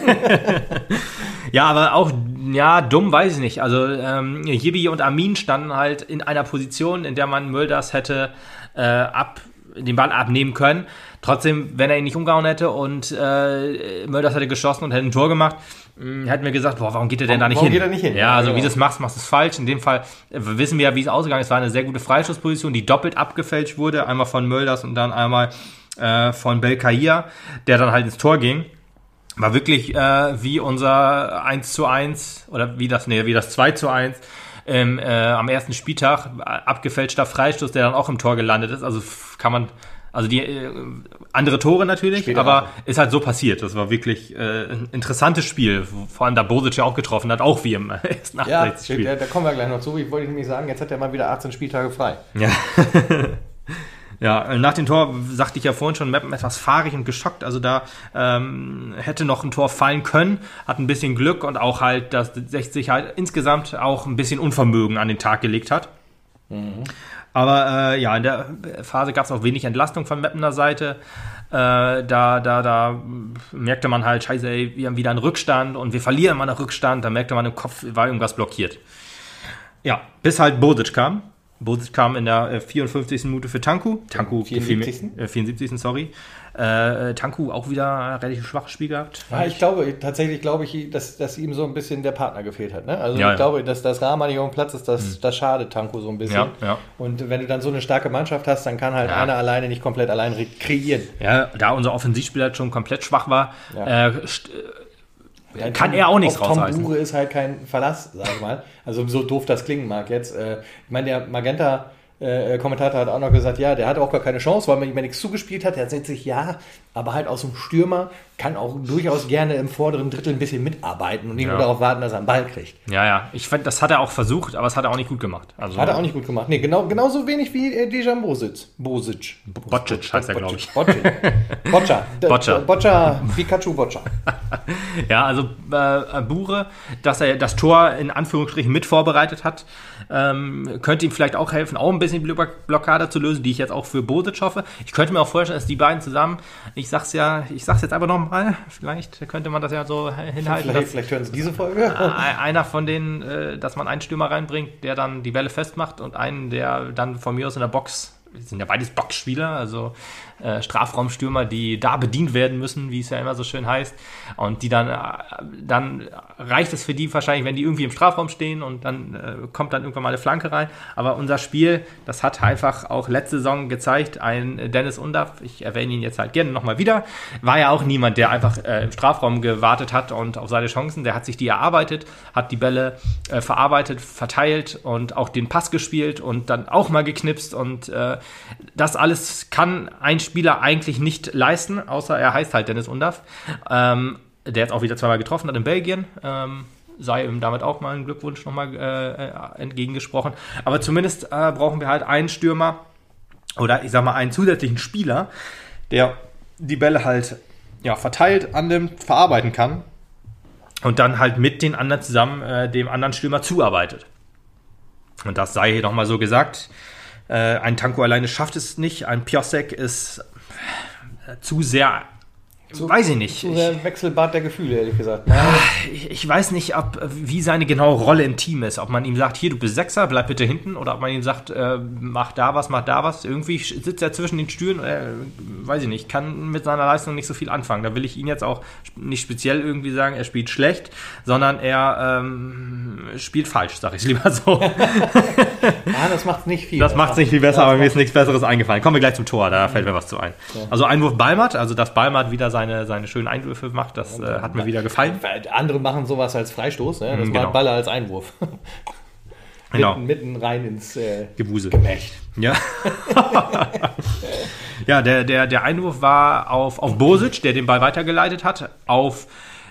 Ja, aber auch, ja, dumm weiß ich nicht. Also ähm, Jibi und Amin standen halt in einer Position, in der man Mölders hätte äh, ab den Ball abnehmen können. Trotzdem, wenn er ihn nicht umgehauen hätte und äh, Mölders hätte geschossen und hätte ein Tor gemacht, mh, hätten wir gesagt, boah, warum geht er denn warum, da nicht warum hin? Geht er nicht hin? Ja, also ja, wie du es machst, machst du es falsch. In dem Fall äh, wissen wir ja, wie es ausgegangen ist. Es war eine sehr gute Freischussposition, die doppelt abgefälscht wurde. Einmal von Mölders und dann einmal äh, von Belkahir, der dann halt ins Tor ging. War wirklich äh, wie unser eins zu eins oder wie das, nee, wie das zwei zu eins ähm, äh, am ersten Spieltag, abgefälschter Freistoß, der dann auch im Tor gelandet ist. Also kann man, also die äh, andere Tore natürlich, Später aber auch. Ist halt so passiert. Das war wirklich äh, ein interessantes Spiel, vor allem da Bosic ja auch getroffen hat, auch wie im ersten achtundsechzig Spiel. Ja, da, da kommen wir gleich noch zu. Ich wollte nämlich sagen, jetzt hat er mal wieder achtzehn Spieltage frei. Ja. Ja, nach dem Tor sagte ich ja vorhin schon, Meppen etwas fahrig und geschockt. Also da ähm, hätte noch ein Tor fallen können, hat ein bisschen Glück und auch halt, dass sechzig halt insgesamt auch ein bisschen Unvermögen an den Tag gelegt hat. Mhm. Aber äh, ja, in der Phase gab es auch wenig Entlastung von Meppener Seite. Äh, da, da, da merkte man halt, scheiße, ey, wir haben wieder einen Rückstand und wir verlieren mal einen Rückstand. Da merkte man, im Kopf war irgendwas blockiert. Ja, bis halt Bosic kam. Bosic kam in der vierundfünfzigsten Minute für Tanku. Tanku vierundsiebzigsten. Äh, vierundsiebzigsten Sorry. Äh, Tanku auch wieder ein relativ schwaches Spiel gehabt. Ja, ich glaube, tatsächlich glaube ich, dass, dass ihm so ein bisschen der Partner gefehlt hat. Ne? Also ja, ich ja. glaube, dass das Rahman nicht auf dem Platz ist, das, hm. das schadet Tanku so ein bisschen. Ja, ja. Und wenn du dann so eine starke Mannschaft hast, dann kann halt ja. einer alleine nicht komplett allein kreieren. Ja, da unser Offensivspieler schon komplett schwach war, ja. äh, st- Ja, kann Tom, er auch nichts rausreißen. Tom Bure ist halt kein Verlass, sag ich mal. Also so doof das klingen mag jetzt. Äh, ich meine, der Magenta-Kommentator äh, hat auch noch gesagt, ja, der hat auch gar keine Chance, weil man ihm nichts zugespielt hat. Er sagt sich, ja, aber halt aus dem Stürmer kann auch durchaus gerne im vorderen Drittel ein bisschen mitarbeiten und nicht ja. nur darauf warten, dass er einen Ball kriegt. Ja, ja. Ich fand, das hat er auch versucht, aber das hat er auch nicht gut gemacht. Also, hat er auch nicht gut gemacht. Nee, genau, genauso wenig wie äh, Dejan Bosic. Bosic. Bocic heißt er, glaube ich. Bocic. Boccia. Boccia. Boccia. Pikachu Boccia. Ja, also äh, Bure, dass er das Tor in Anführungsstrichen mit vorbereitet hat, ähm, könnte ihm vielleicht auch helfen, auch ein bisschen die Blockade zu lösen, die ich jetzt auch für Bosic hoffe. Ich könnte mir auch vorstellen, dass die beiden zusammen, ich sag's ja, ich sag's jetzt einfach nochmal, vielleicht könnte man das ja so hinhalten. Vielleicht, vielleicht hören Sie diese Folge. Einer von denen, äh, dass man einen Stürmer reinbringt, der dann die Bälle festmacht und einen, der dann von mir aus in der Box, das sind ja beides Boxspieler, also äh, Strafraumstürmer, die da bedient werden müssen, wie es ja immer so schön heißt. Und die dann, äh, dann reicht es für die wahrscheinlich, wenn die irgendwie im Strafraum stehen und dann äh, kommt dann irgendwann mal eine Flanke rein. Aber unser Spiel, das hat einfach auch letzte Saison gezeigt, ein Dennis Undaff, ich erwähne ihn jetzt halt gerne nochmal wieder, war ja auch niemand, der einfach äh, im Strafraum gewartet hat und auf seine Chancen, der hat sich die erarbeitet, hat die Bälle äh, verarbeitet, verteilt und auch den Pass gespielt und dann auch mal geknipst und äh, das alles kann ein Spieler eigentlich nicht leisten, außer er heißt halt Dennis Undaff, ähm, der jetzt auch wieder zweimal getroffen hat in Belgien, ähm, sei ihm damit auch mal ein Glückwunsch nochmal äh, entgegengesprochen, aber zumindest äh, brauchen wir halt einen Stürmer oder ich sag mal einen zusätzlichen Spieler, der die Bälle halt ja, verteilt, annimmt, verarbeiten kann und dann halt mit den anderen zusammen äh, dem anderen Stürmer zuarbeitet. Und das sei hier nochmal so gesagt. Äh, ein Tanko alleine schafft es nicht. Ein Piosek ist äh, zu sehr, zu, weiß ich nicht. Zu sehr Wechselbad der Gefühle, ehrlich gesagt. Ich, ich weiß nicht, ob, wie seine genaue Rolle im Team ist. Ob man ihm sagt, hier, du bist Sechser, bleib bitte hinten. Oder ob man ihm sagt, äh, mach da was, mach da was. Irgendwie sitzt er zwischen den Stühlen. Äh, weiß ich nicht, kann mit seiner Leistung nicht so viel anfangen. Da will ich ihn jetzt auch nicht speziell irgendwie sagen, er spielt schlecht, sondern er ähm, spielt falsch, sag ich lieber so. Ja, das macht nicht viel. Das macht es nicht viel besser, aber mir ist nichts Besseres eingefallen. Kommen wir gleich zum Tor, da fällt mir was zu ein. Ja. Also Einwurf Balmert, also dass Balmert wieder seine, seine schönen Einwürfe macht, das äh, hat mir wieder gefallen. Andere machen sowas als Freistoß, ne? Das genau. macht Baller als Einwurf. Genau. Mitten, mitten rein ins äh, Gewusel. Gemächt. Ja. Ja, der, der, der Einwurf war auf, auf Bosic, der den Ball weitergeleitet hat, auf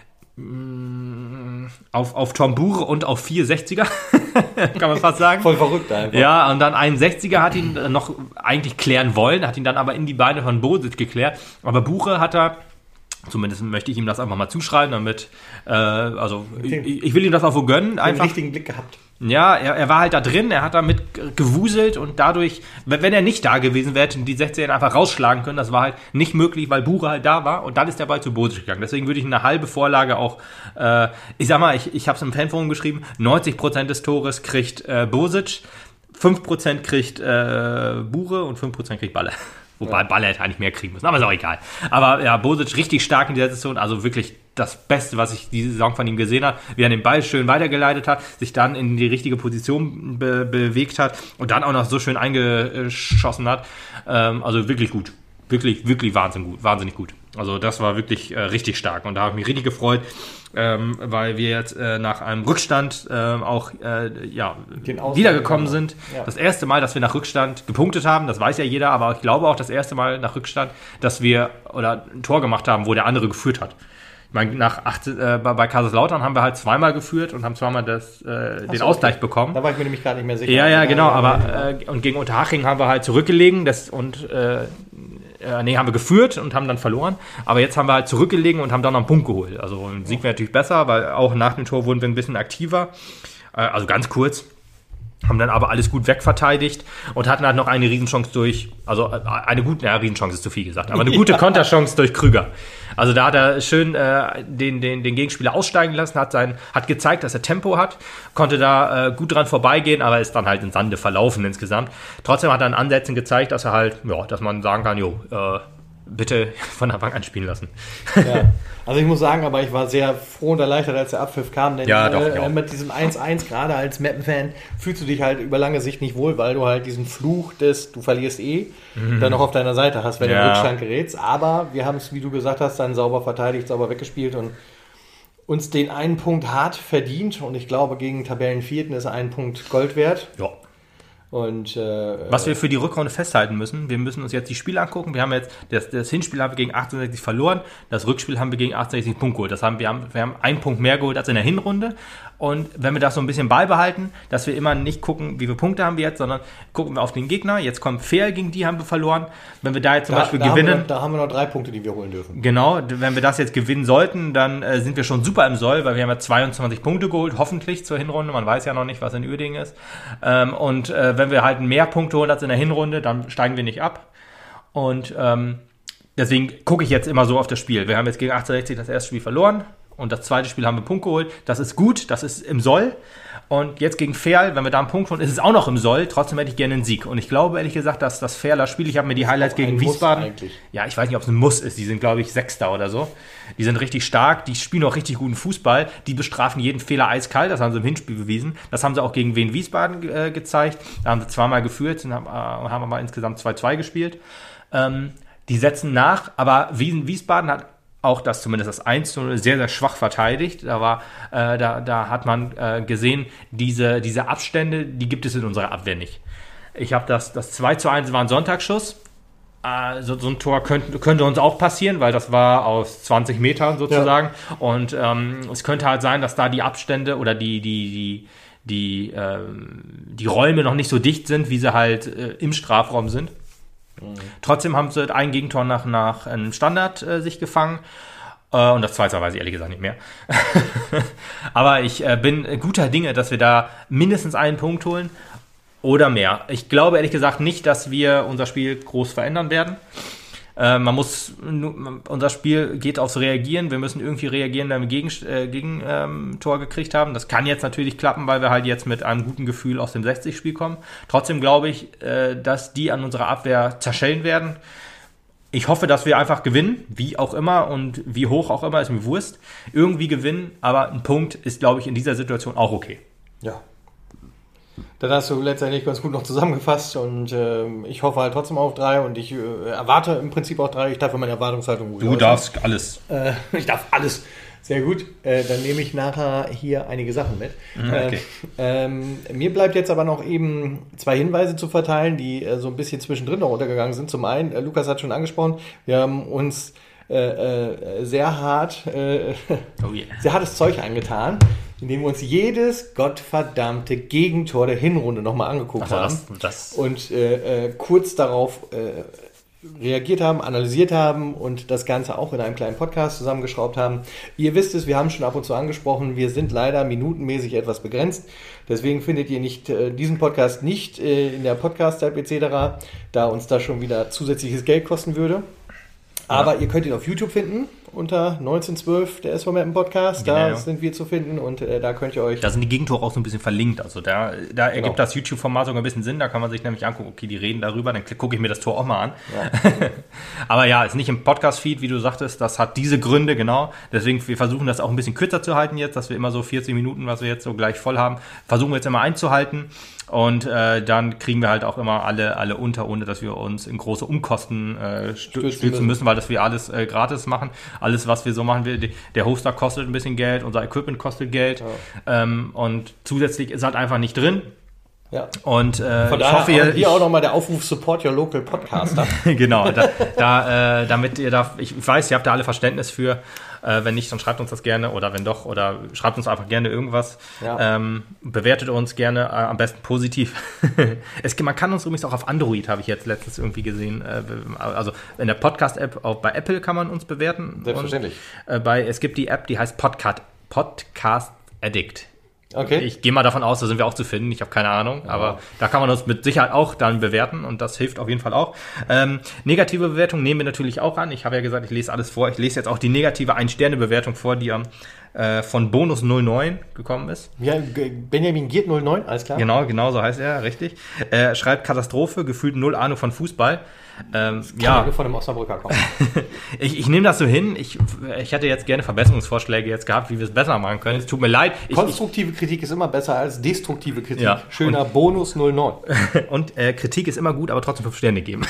Auf, auf Tom Bure und auf vier sechziger, kann man fast sagen. Voll verrückt einfach. Ja, und dann ein sechziger hat ihn noch eigentlich klären wollen, hat ihn dann aber in die Beine von Bosic geklärt. Aber Bure hat er, zumindest möchte ich ihm das einfach mal zuschreiben, damit, äh, also ich, ich will ihm das auch wo gönnen. Einfach. Den richtigen Blick gehabt. Ja, er, er war halt da drin, er hat damit gewuselt und dadurch, wenn er nicht da gewesen wäre, hätten die sechzehn einfach rausschlagen können. Das war halt nicht möglich, weil Bure halt da war und dann ist der Ball zu Bosic gegangen. Deswegen würde ich eine halbe Vorlage auch, äh, ich sag mal, ich, ich habe es im Fanforum geschrieben, neunzig Prozent des Tores kriegt äh, Bosic, fünf Prozent kriegt äh, Bure und fünf Prozent kriegt Balle. Wobei Balle hätte eigentlich mehr kriegen müssen, aber ist auch egal. Aber ja, Bosic richtig stark in dieser Saison, also wirklich das Beste, was ich diese Saison von ihm gesehen habe, wie er den Ball schön weitergeleitet hat, sich dann in die richtige Position be- bewegt hat und dann auch noch so schön eingeschossen hat. Ähm, also wirklich gut. Wirklich, wirklich wahnsinnig gut. Wahnsinnig gut. Also das war wirklich äh, richtig stark und da habe ich mich richtig gefreut, ähm, weil wir jetzt äh, nach einem Rückstand äh, auch äh, ja, wiedergekommen sind. Ja. Das erste Mal, dass wir nach Rückstand gepunktet haben, das weiß ja jeder, aber ich glaube auch das erste Mal nach Rückstand, dass wir oder ein Tor gemacht haben, wo der andere geführt hat. Ich meine, nach achtzehn, äh, bei, bei Kaiserslautern haben wir halt zweimal geführt und haben zweimal das, äh, den so, Ausgleich okay. bekommen. Da war ich mir nämlich gerade nicht mehr sicher. Ja, ja, genau, aber äh, und gegen Unterhaching haben wir halt zurückgelegen das, und äh, äh, nee, haben wir geführt und haben dann verloren. Aber jetzt haben wir halt zurückgelegen und haben dann noch einen Punkt geholt. Also ein Sieg wäre natürlich besser, weil auch nach dem Tor wurden wir ein bisschen aktiver. Äh, also ganz kurz. Haben dann aber alles gut wegverteidigt und hatten halt noch eine Riesenchance durch, also eine gute, ja, Riesenchance ist zu viel gesagt, aber eine gute ja. Konterchance durch Krüger. Also da hat er schön äh, den, den, den Gegenspieler aussteigen lassen, hat, sein, hat gezeigt, dass er Tempo hat, konnte da äh, gut dran vorbeigehen, aber ist dann halt in Sande verlaufen insgesamt. Trotzdem hat er in Ansätzen gezeigt, dass er halt, ja, dass man sagen kann, jo, äh, bitte von Anfang an spielen lassen. Ja. Also ich muss sagen, aber ich war sehr froh und erleichtert, als der Abpfiff kam, denn ja, doch, äh, mit diesem eins eins, gerade als Meppen-Fan, fühlst du dich halt über lange Sicht nicht wohl, weil du halt diesen Fluch des, du verlierst eh, mhm. dann noch auf deiner Seite hast, wenn ja. du in Rückstand gerätst. Aber wir haben es, wie du gesagt hast, dann sauber verteidigt, sauber weggespielt und uns den einen Punkt hart verdient. Und ich glaube, gegen Tabellenvierten ist ein Punkt Gold wert. Ja. Und, äh, was wir für die Rückrunde festhalten müssen, wir müssen uns jetzt die Spiele angucken. Wir haben jetzt, das, das Hinspiel haben wir gegen achtundsechzig verloren, das Rückspiel haben wir gegen achtundsechzig Punkt geholt. Das haben, wir, haben, wir haben einen Punkt mehr geholt als in der Hinrunde. Und wenn wir das so ein bisschen beibehalten, dass wir immer nicht gucken, wie viele Punkte haben wir jetzt, sondern gucken wir auf den Gegner. Jetzt kommt Fair, gegen die haben wir verloren. Wenn wir da jetzt zum da, Beispiel da gewinnen... Haben wir, da haben wir noch drei Punkte, die wir holen dürfen. Genau, wenn wir das jetzt gewinnen sollten, dann äh, sind wir schon super im Soll, weil wir haben ja zweiundzwanzig Punkte geholt, hoffentlich zur Hinrunde. Man weiß ja noch nicht, was in Uerdingen ist. Ähm, und äh, wenn wir halt mehr Punkte holen als in der Hinrunde, dann steigen wir nicht ab. Und ähm, deswegen gucke ich jetzt immer so auf das Spiel. Wir haben jetzt gegen achtundsechzig das erste Spiel verloren. Und das zweite Spiel haben wir einen Punkt geholt. Das ist gut, das ist im Soll. Und jetzt gegen Ferl, wenn wir da einen Punkt holen, ist es auch noch im Soll. Trotzdem hätte ich gerne einen Sieg. Und ich glaube, ehrlich gesagt, dass das Ferler Spiel, ich habe mir die Highlights gegen Wiesbaden... Ja, ich weiß nicht, ob es ein Muss ist. Die sind, glaube ich, Sechster oder so. Die sind richtig stark, die spielen auch richtig guten Fußball. Die bestrafen jeden Fehler eiskalt. Das haben sie im Hinspiel bewiesen. Das haben sie auch gegen Wien Wiesbaden äh, gezeigt. Da haben sie zweimal geführt und haben, äh, haben aber insgesamt zwei zwei gespielt. Ähm, die setzen nach, aber Wien Wiesbaden hat auch das zumindest das eins zu null sehr, sehr schwach verteidigt. Da, war, äh, da, da hat man äh, gesehen, diese, diese Abstände, die gibt es in unserer Abwehr nicht. Ich habe das, das zwei zu eins war ein Sonntagsschuss. Äh, so, so ein Tor könnte, könnte uns auch passieren, weil das war aus zwanzig Metern sozusagen. Ja. Und ähm, es könnte halt sein, dass da die Abstände oder die, die, die, die, äh, die Räume noch nicht so dicht sind, wie sie halt äh, im Strafraum sind. Mhm. Trotzdem haben sie ein Gegentor nach, nach einem Standard äh, sich gefangen. Äh, und das zweite weiß ich ehrlich gesagt nicht mehr. Aber ich äh, bin guter Dinge, dass wir da mindestens einen Punkt holen oder mehr. Ich glaube ehrlich gesagt nicht, dass wir unser Spiel groß verändern werden. Äh, man muss, unser Spiel geht aufs Reagieren. Wir müssen irgendwie reagieren, wenn wir Gegen, äh, Gegentor ähm, gekriegt haben. Das kann jetzt natürlich klappen, weil wir halt jetzt mit einem guten Gefühl aus dem sechzig-Spiel kommen. Trotzdem glaube ich, äh, dass die an unserer Abwehr zerschellen werden. Ich hoffe, dass wir einfach gewinnen, wie auch immer und wie hoch auch immer, ist mir Wurst. Irgendwie gewinnen, aber ein Punkt ist, glaube ich, in dieser Situation auch okay. Ja. Dann hast du letztendlich ganz gut noch zusammengefasst und äh, ich hoffe halt trotzdem auf drei und ich äh, erwarte im Prinzip auch drei. Ich darf für meine Erwartungshaltung ruhig Du äußern. darfst alles. Äh, ich darf alles. Sehr gut. Äh, dann nehme ich nachher hier einige Sachen mit. Okay. Äh, ähm, mir bleibt jetzt aber noch eben zwei Hinweise zu verteilen, die äh, so ein bisschen zwischendrin noch untergegangen sind. Zum einen, äh, Lukas hat schon angesprochen, wir haben uns äh, äh, sehr hart, äh, oh yeah. sehr hartes Zeug angetan, indem wir uns jedes gottverdammte Gegentor der Hinrunde nochmal angeguckt also haben das, das. und äh, äh, kurz darauf äh, reagiert haben, analysiert haben und das Ganze auch in einem kleinen Podcast zusammengeschraubt haben. Ihr wisst es, wir haben schon ab und zu angesprochen, wir sind leider minutenmäßig etwas begrenzt. Deswegen findet ihr nicht äh, diesen Podcast nicht äh, in der Podcast-App et cetera, da uns das schon wieder zusätzliches Geld kosten würde. Aber ja. Ihr könnt ihn auf YouTube finden, unter neunzehnhundertzwölf, der S V Meppen Podcast, genau. Da sind wir zu finden und äh, da könnt ihr euch... Da sind die Gegentore auch so ein bisschen verlinkt, also da, da ergibt genau. das YouTube-Format sogar ein bisschen Sinn, da kann man sich nämlich angucken, okay, die reden darüber, dann gucke ich mir das Tor auch mal an. Ja. Aber ja, ist nicht im Podcast-Feed, wie du sagtest, das hat diese Gründe, genau, deswegen wir versuchen das auch ein bisschen kürzer zu halten jetzt, dass wir immer so vierzehn Minuten, was wir jetzt so gleich voll haben, versuchen wir jetzt immer einzuhalten. Und äh, dann kriegen wir halt auch immer alle alle unter, ohne dass wir uns in große Umkosten äh, stü- stürzen müssen, weil das wir alles äh, gratis machen. Alles, was wir so machen, wir, der Hoster kostet ein bisschen Geld, unser Equipment kostet Geld. Ja. Ähm, und zusätzlich ist halt einfach nicht drin. Ja. Und äh, Von ich daher hoffe, ihr, hier ich, auch nochmal der Aufruf, support your local podcaster. Genau, da, da, äh, damit ihr da, ich weiß, ihr habt da alle Verständnis für. Äh, wenn nicht, dann schreibt uns das gerne oder wenn doch, oder schreibt uns einfach gerne irgendwas. Ja. Ähm, bewertet uns gerne, äh, am besten positiv. es, man kann uns übrigens auch auf Android, habe ich jetzt letztens irgendwie gesehen. Äh, also in der Podcast-App, auch bei Apple kann man uns bewerten. Selbstverständlich. Und, äh, bei, es gibt die App, die heißt Podcast, Podcast Addict. Okay. Ich gehe mal davon aus, da sind wir auch zu finden. Ich habe keine Ahnung, ja. aber da kann man uns mit Sicherheit auch dann bewerten und das hilft auf jeden Fall auch. Ähm, negative Bewertung nehmen wir natürlich auch an. Ich habe ja gesagt, ich lese alles vor. Ich lese jetzt auch die negative ein-Sterne-Bewertung vor, die äh, von Bonus null neun gekommen ist. Ja, Benjamin Giert null neun, alles klar. Genau, genau so heißt er, richtig. Äh, schreibt Katastrophe, gefühlt null Ahnung von Fußball. Ähm, Kann ja, nur von dem Osnabrücker kommen. ich, ich nehme das so hin. Ich, ich hätte jetzt gerne Verbesserungsvorschläge jetzt gehabt, wie wir es besser machen können. Es tut mir leid. Ich, Konstruktive Kritik ist immer besser als destruktive Kritik. Ja. Schöner und, Bonus null neun. Und äh, Kritik ist immer gut, aber trotzdem fünf Sterne geben.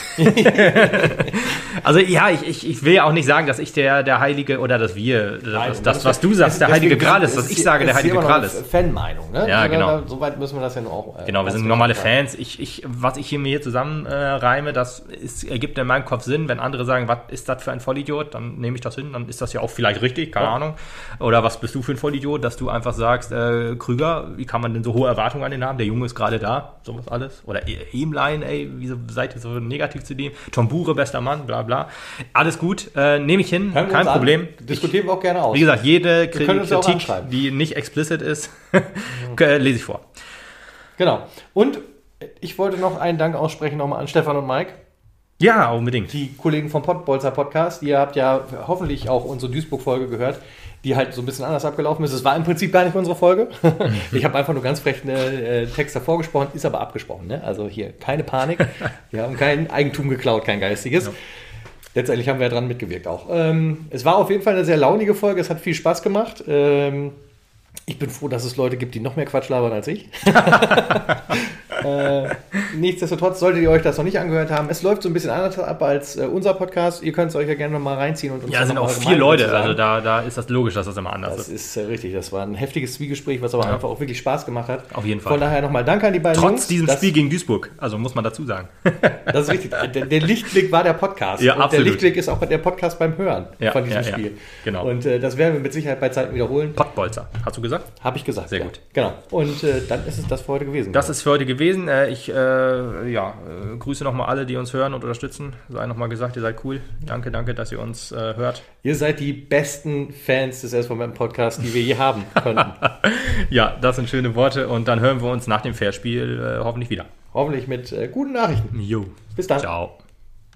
Also ja, ich, ich, ich will ja auch nicht sagen, dass ich der, der Heilige oder dass wir, Nein, das, das, was du sagst, der Heilige Gral ist, was ich sage, der Heilige Gral ist. Fanmeinung, ne? Ja, genau. Soweit müssen wir das ja nur auch. Äh, genau, wir sind normale Fans. Ich, ich, was ich hier mir hier zusammen äh, reime, das ist, ergibt in meinem Kopf Sinn. Wenn andere sagen, was ist das für ein Vollidiot, dann nehme ich das hin, dann ist das ja auch vielleicht richtig, keine ja. Ahnung. Oder was bist du für ein Vollidiot, dass du einfach sagst, äh, Krüger, wie kann man denn so hohe Erwartungen an den haben? Der Junge ist gerade da, sowas alles. Oder Emlein, ey, wieso seid ihr so negativ zu dem? Tom Bure, bester Mann, bla bla. Alles gut, äh, nehme ich hin, Hören kein Problem. Diskutieren wir auch gerne aus. Wie gesagt, jede wir Kritik, die nicht explicit ist, lese ich vor. Genau. Und ich wollte noch einen Dank aussprechen nochmal an Stefan und Mike. Ja, unbedingt. Die Kollegen vom Pottbolzer Podcast, ihr habt ja hoffentlich auch unsere Duisburg-Folge gehört, die halt so ein bisschen anders abgelaufen ist. Es war im Prinzip gar nicht unsere Folge. Ich habe einfach nur ganz frech einen äh, Text davor gesprochen, ist aber abgesprochen. Ne? Also hier keine Panik. Wir haben kein Eigentum geklaut, kein geistiges. Ja. Letztendlich haben wir ja dran mitgewirkt auch. Ähm, es war auf jeden Fall eine sehr launige Folge, es hat viel Spaß gemacht. Ähm, ich bin froh, dass es Leute gibt, die noch mehr Quatsch labern als ich. äh, nichtsdestotrotz solltet ihr euch das noch nicht angehört haben. Es läuft so ein bisschen anders ab als äh, unser Podcast. Ihr könnt es euch ja gerne noch mal reinziehen. Und uns ja, sind auch vier Leute, also da, da ist das logisch, dass das immer anders das ist. Das ist äh, richtig, das war ein heftiges Zwiegespräch, was aber ja. einfach auch wirklich Spaß gemacht hat. Auf jeden Fall. Von daher nochmal Danke an die beiden Trotz Jungs. diesem Spiel gegen Duisburg, also muss man dazu sagen. Das ist richtig. Der, der Lichtblick war der Podcast. Ja, und absolut. Der Lichtblick ist auch der Podcast beim Hören ja, von diesem ja, Spiel. Ja, genau. Und äh, das werden wir mit Sicherheit bei Zeiten wiederholen. Pottbolzer, hast du gesagt? Habe ich gesagt. Sehr ja. gut. Genau. Und äh, dann ist es das für heute gewesen. Das ist für heute gewesen. Äh, ich äh, ja, äh, grüße nochmal alle, die uns hören und unterstützen. Sei nochmal gesagt, ihr seid cool. Danke, danke, dass ihr uns äh, hört. Ihr seid die besten Fans des S V M Podcasts, die wir je haben könnten. Ja, das sind schöne Worte. Und dann hören wir uns nach dem Fairspiel äh, hoffentlich wieder. Hoffentlich mit äh, guten Nachrichten. Jo. Bis dann. Ciao.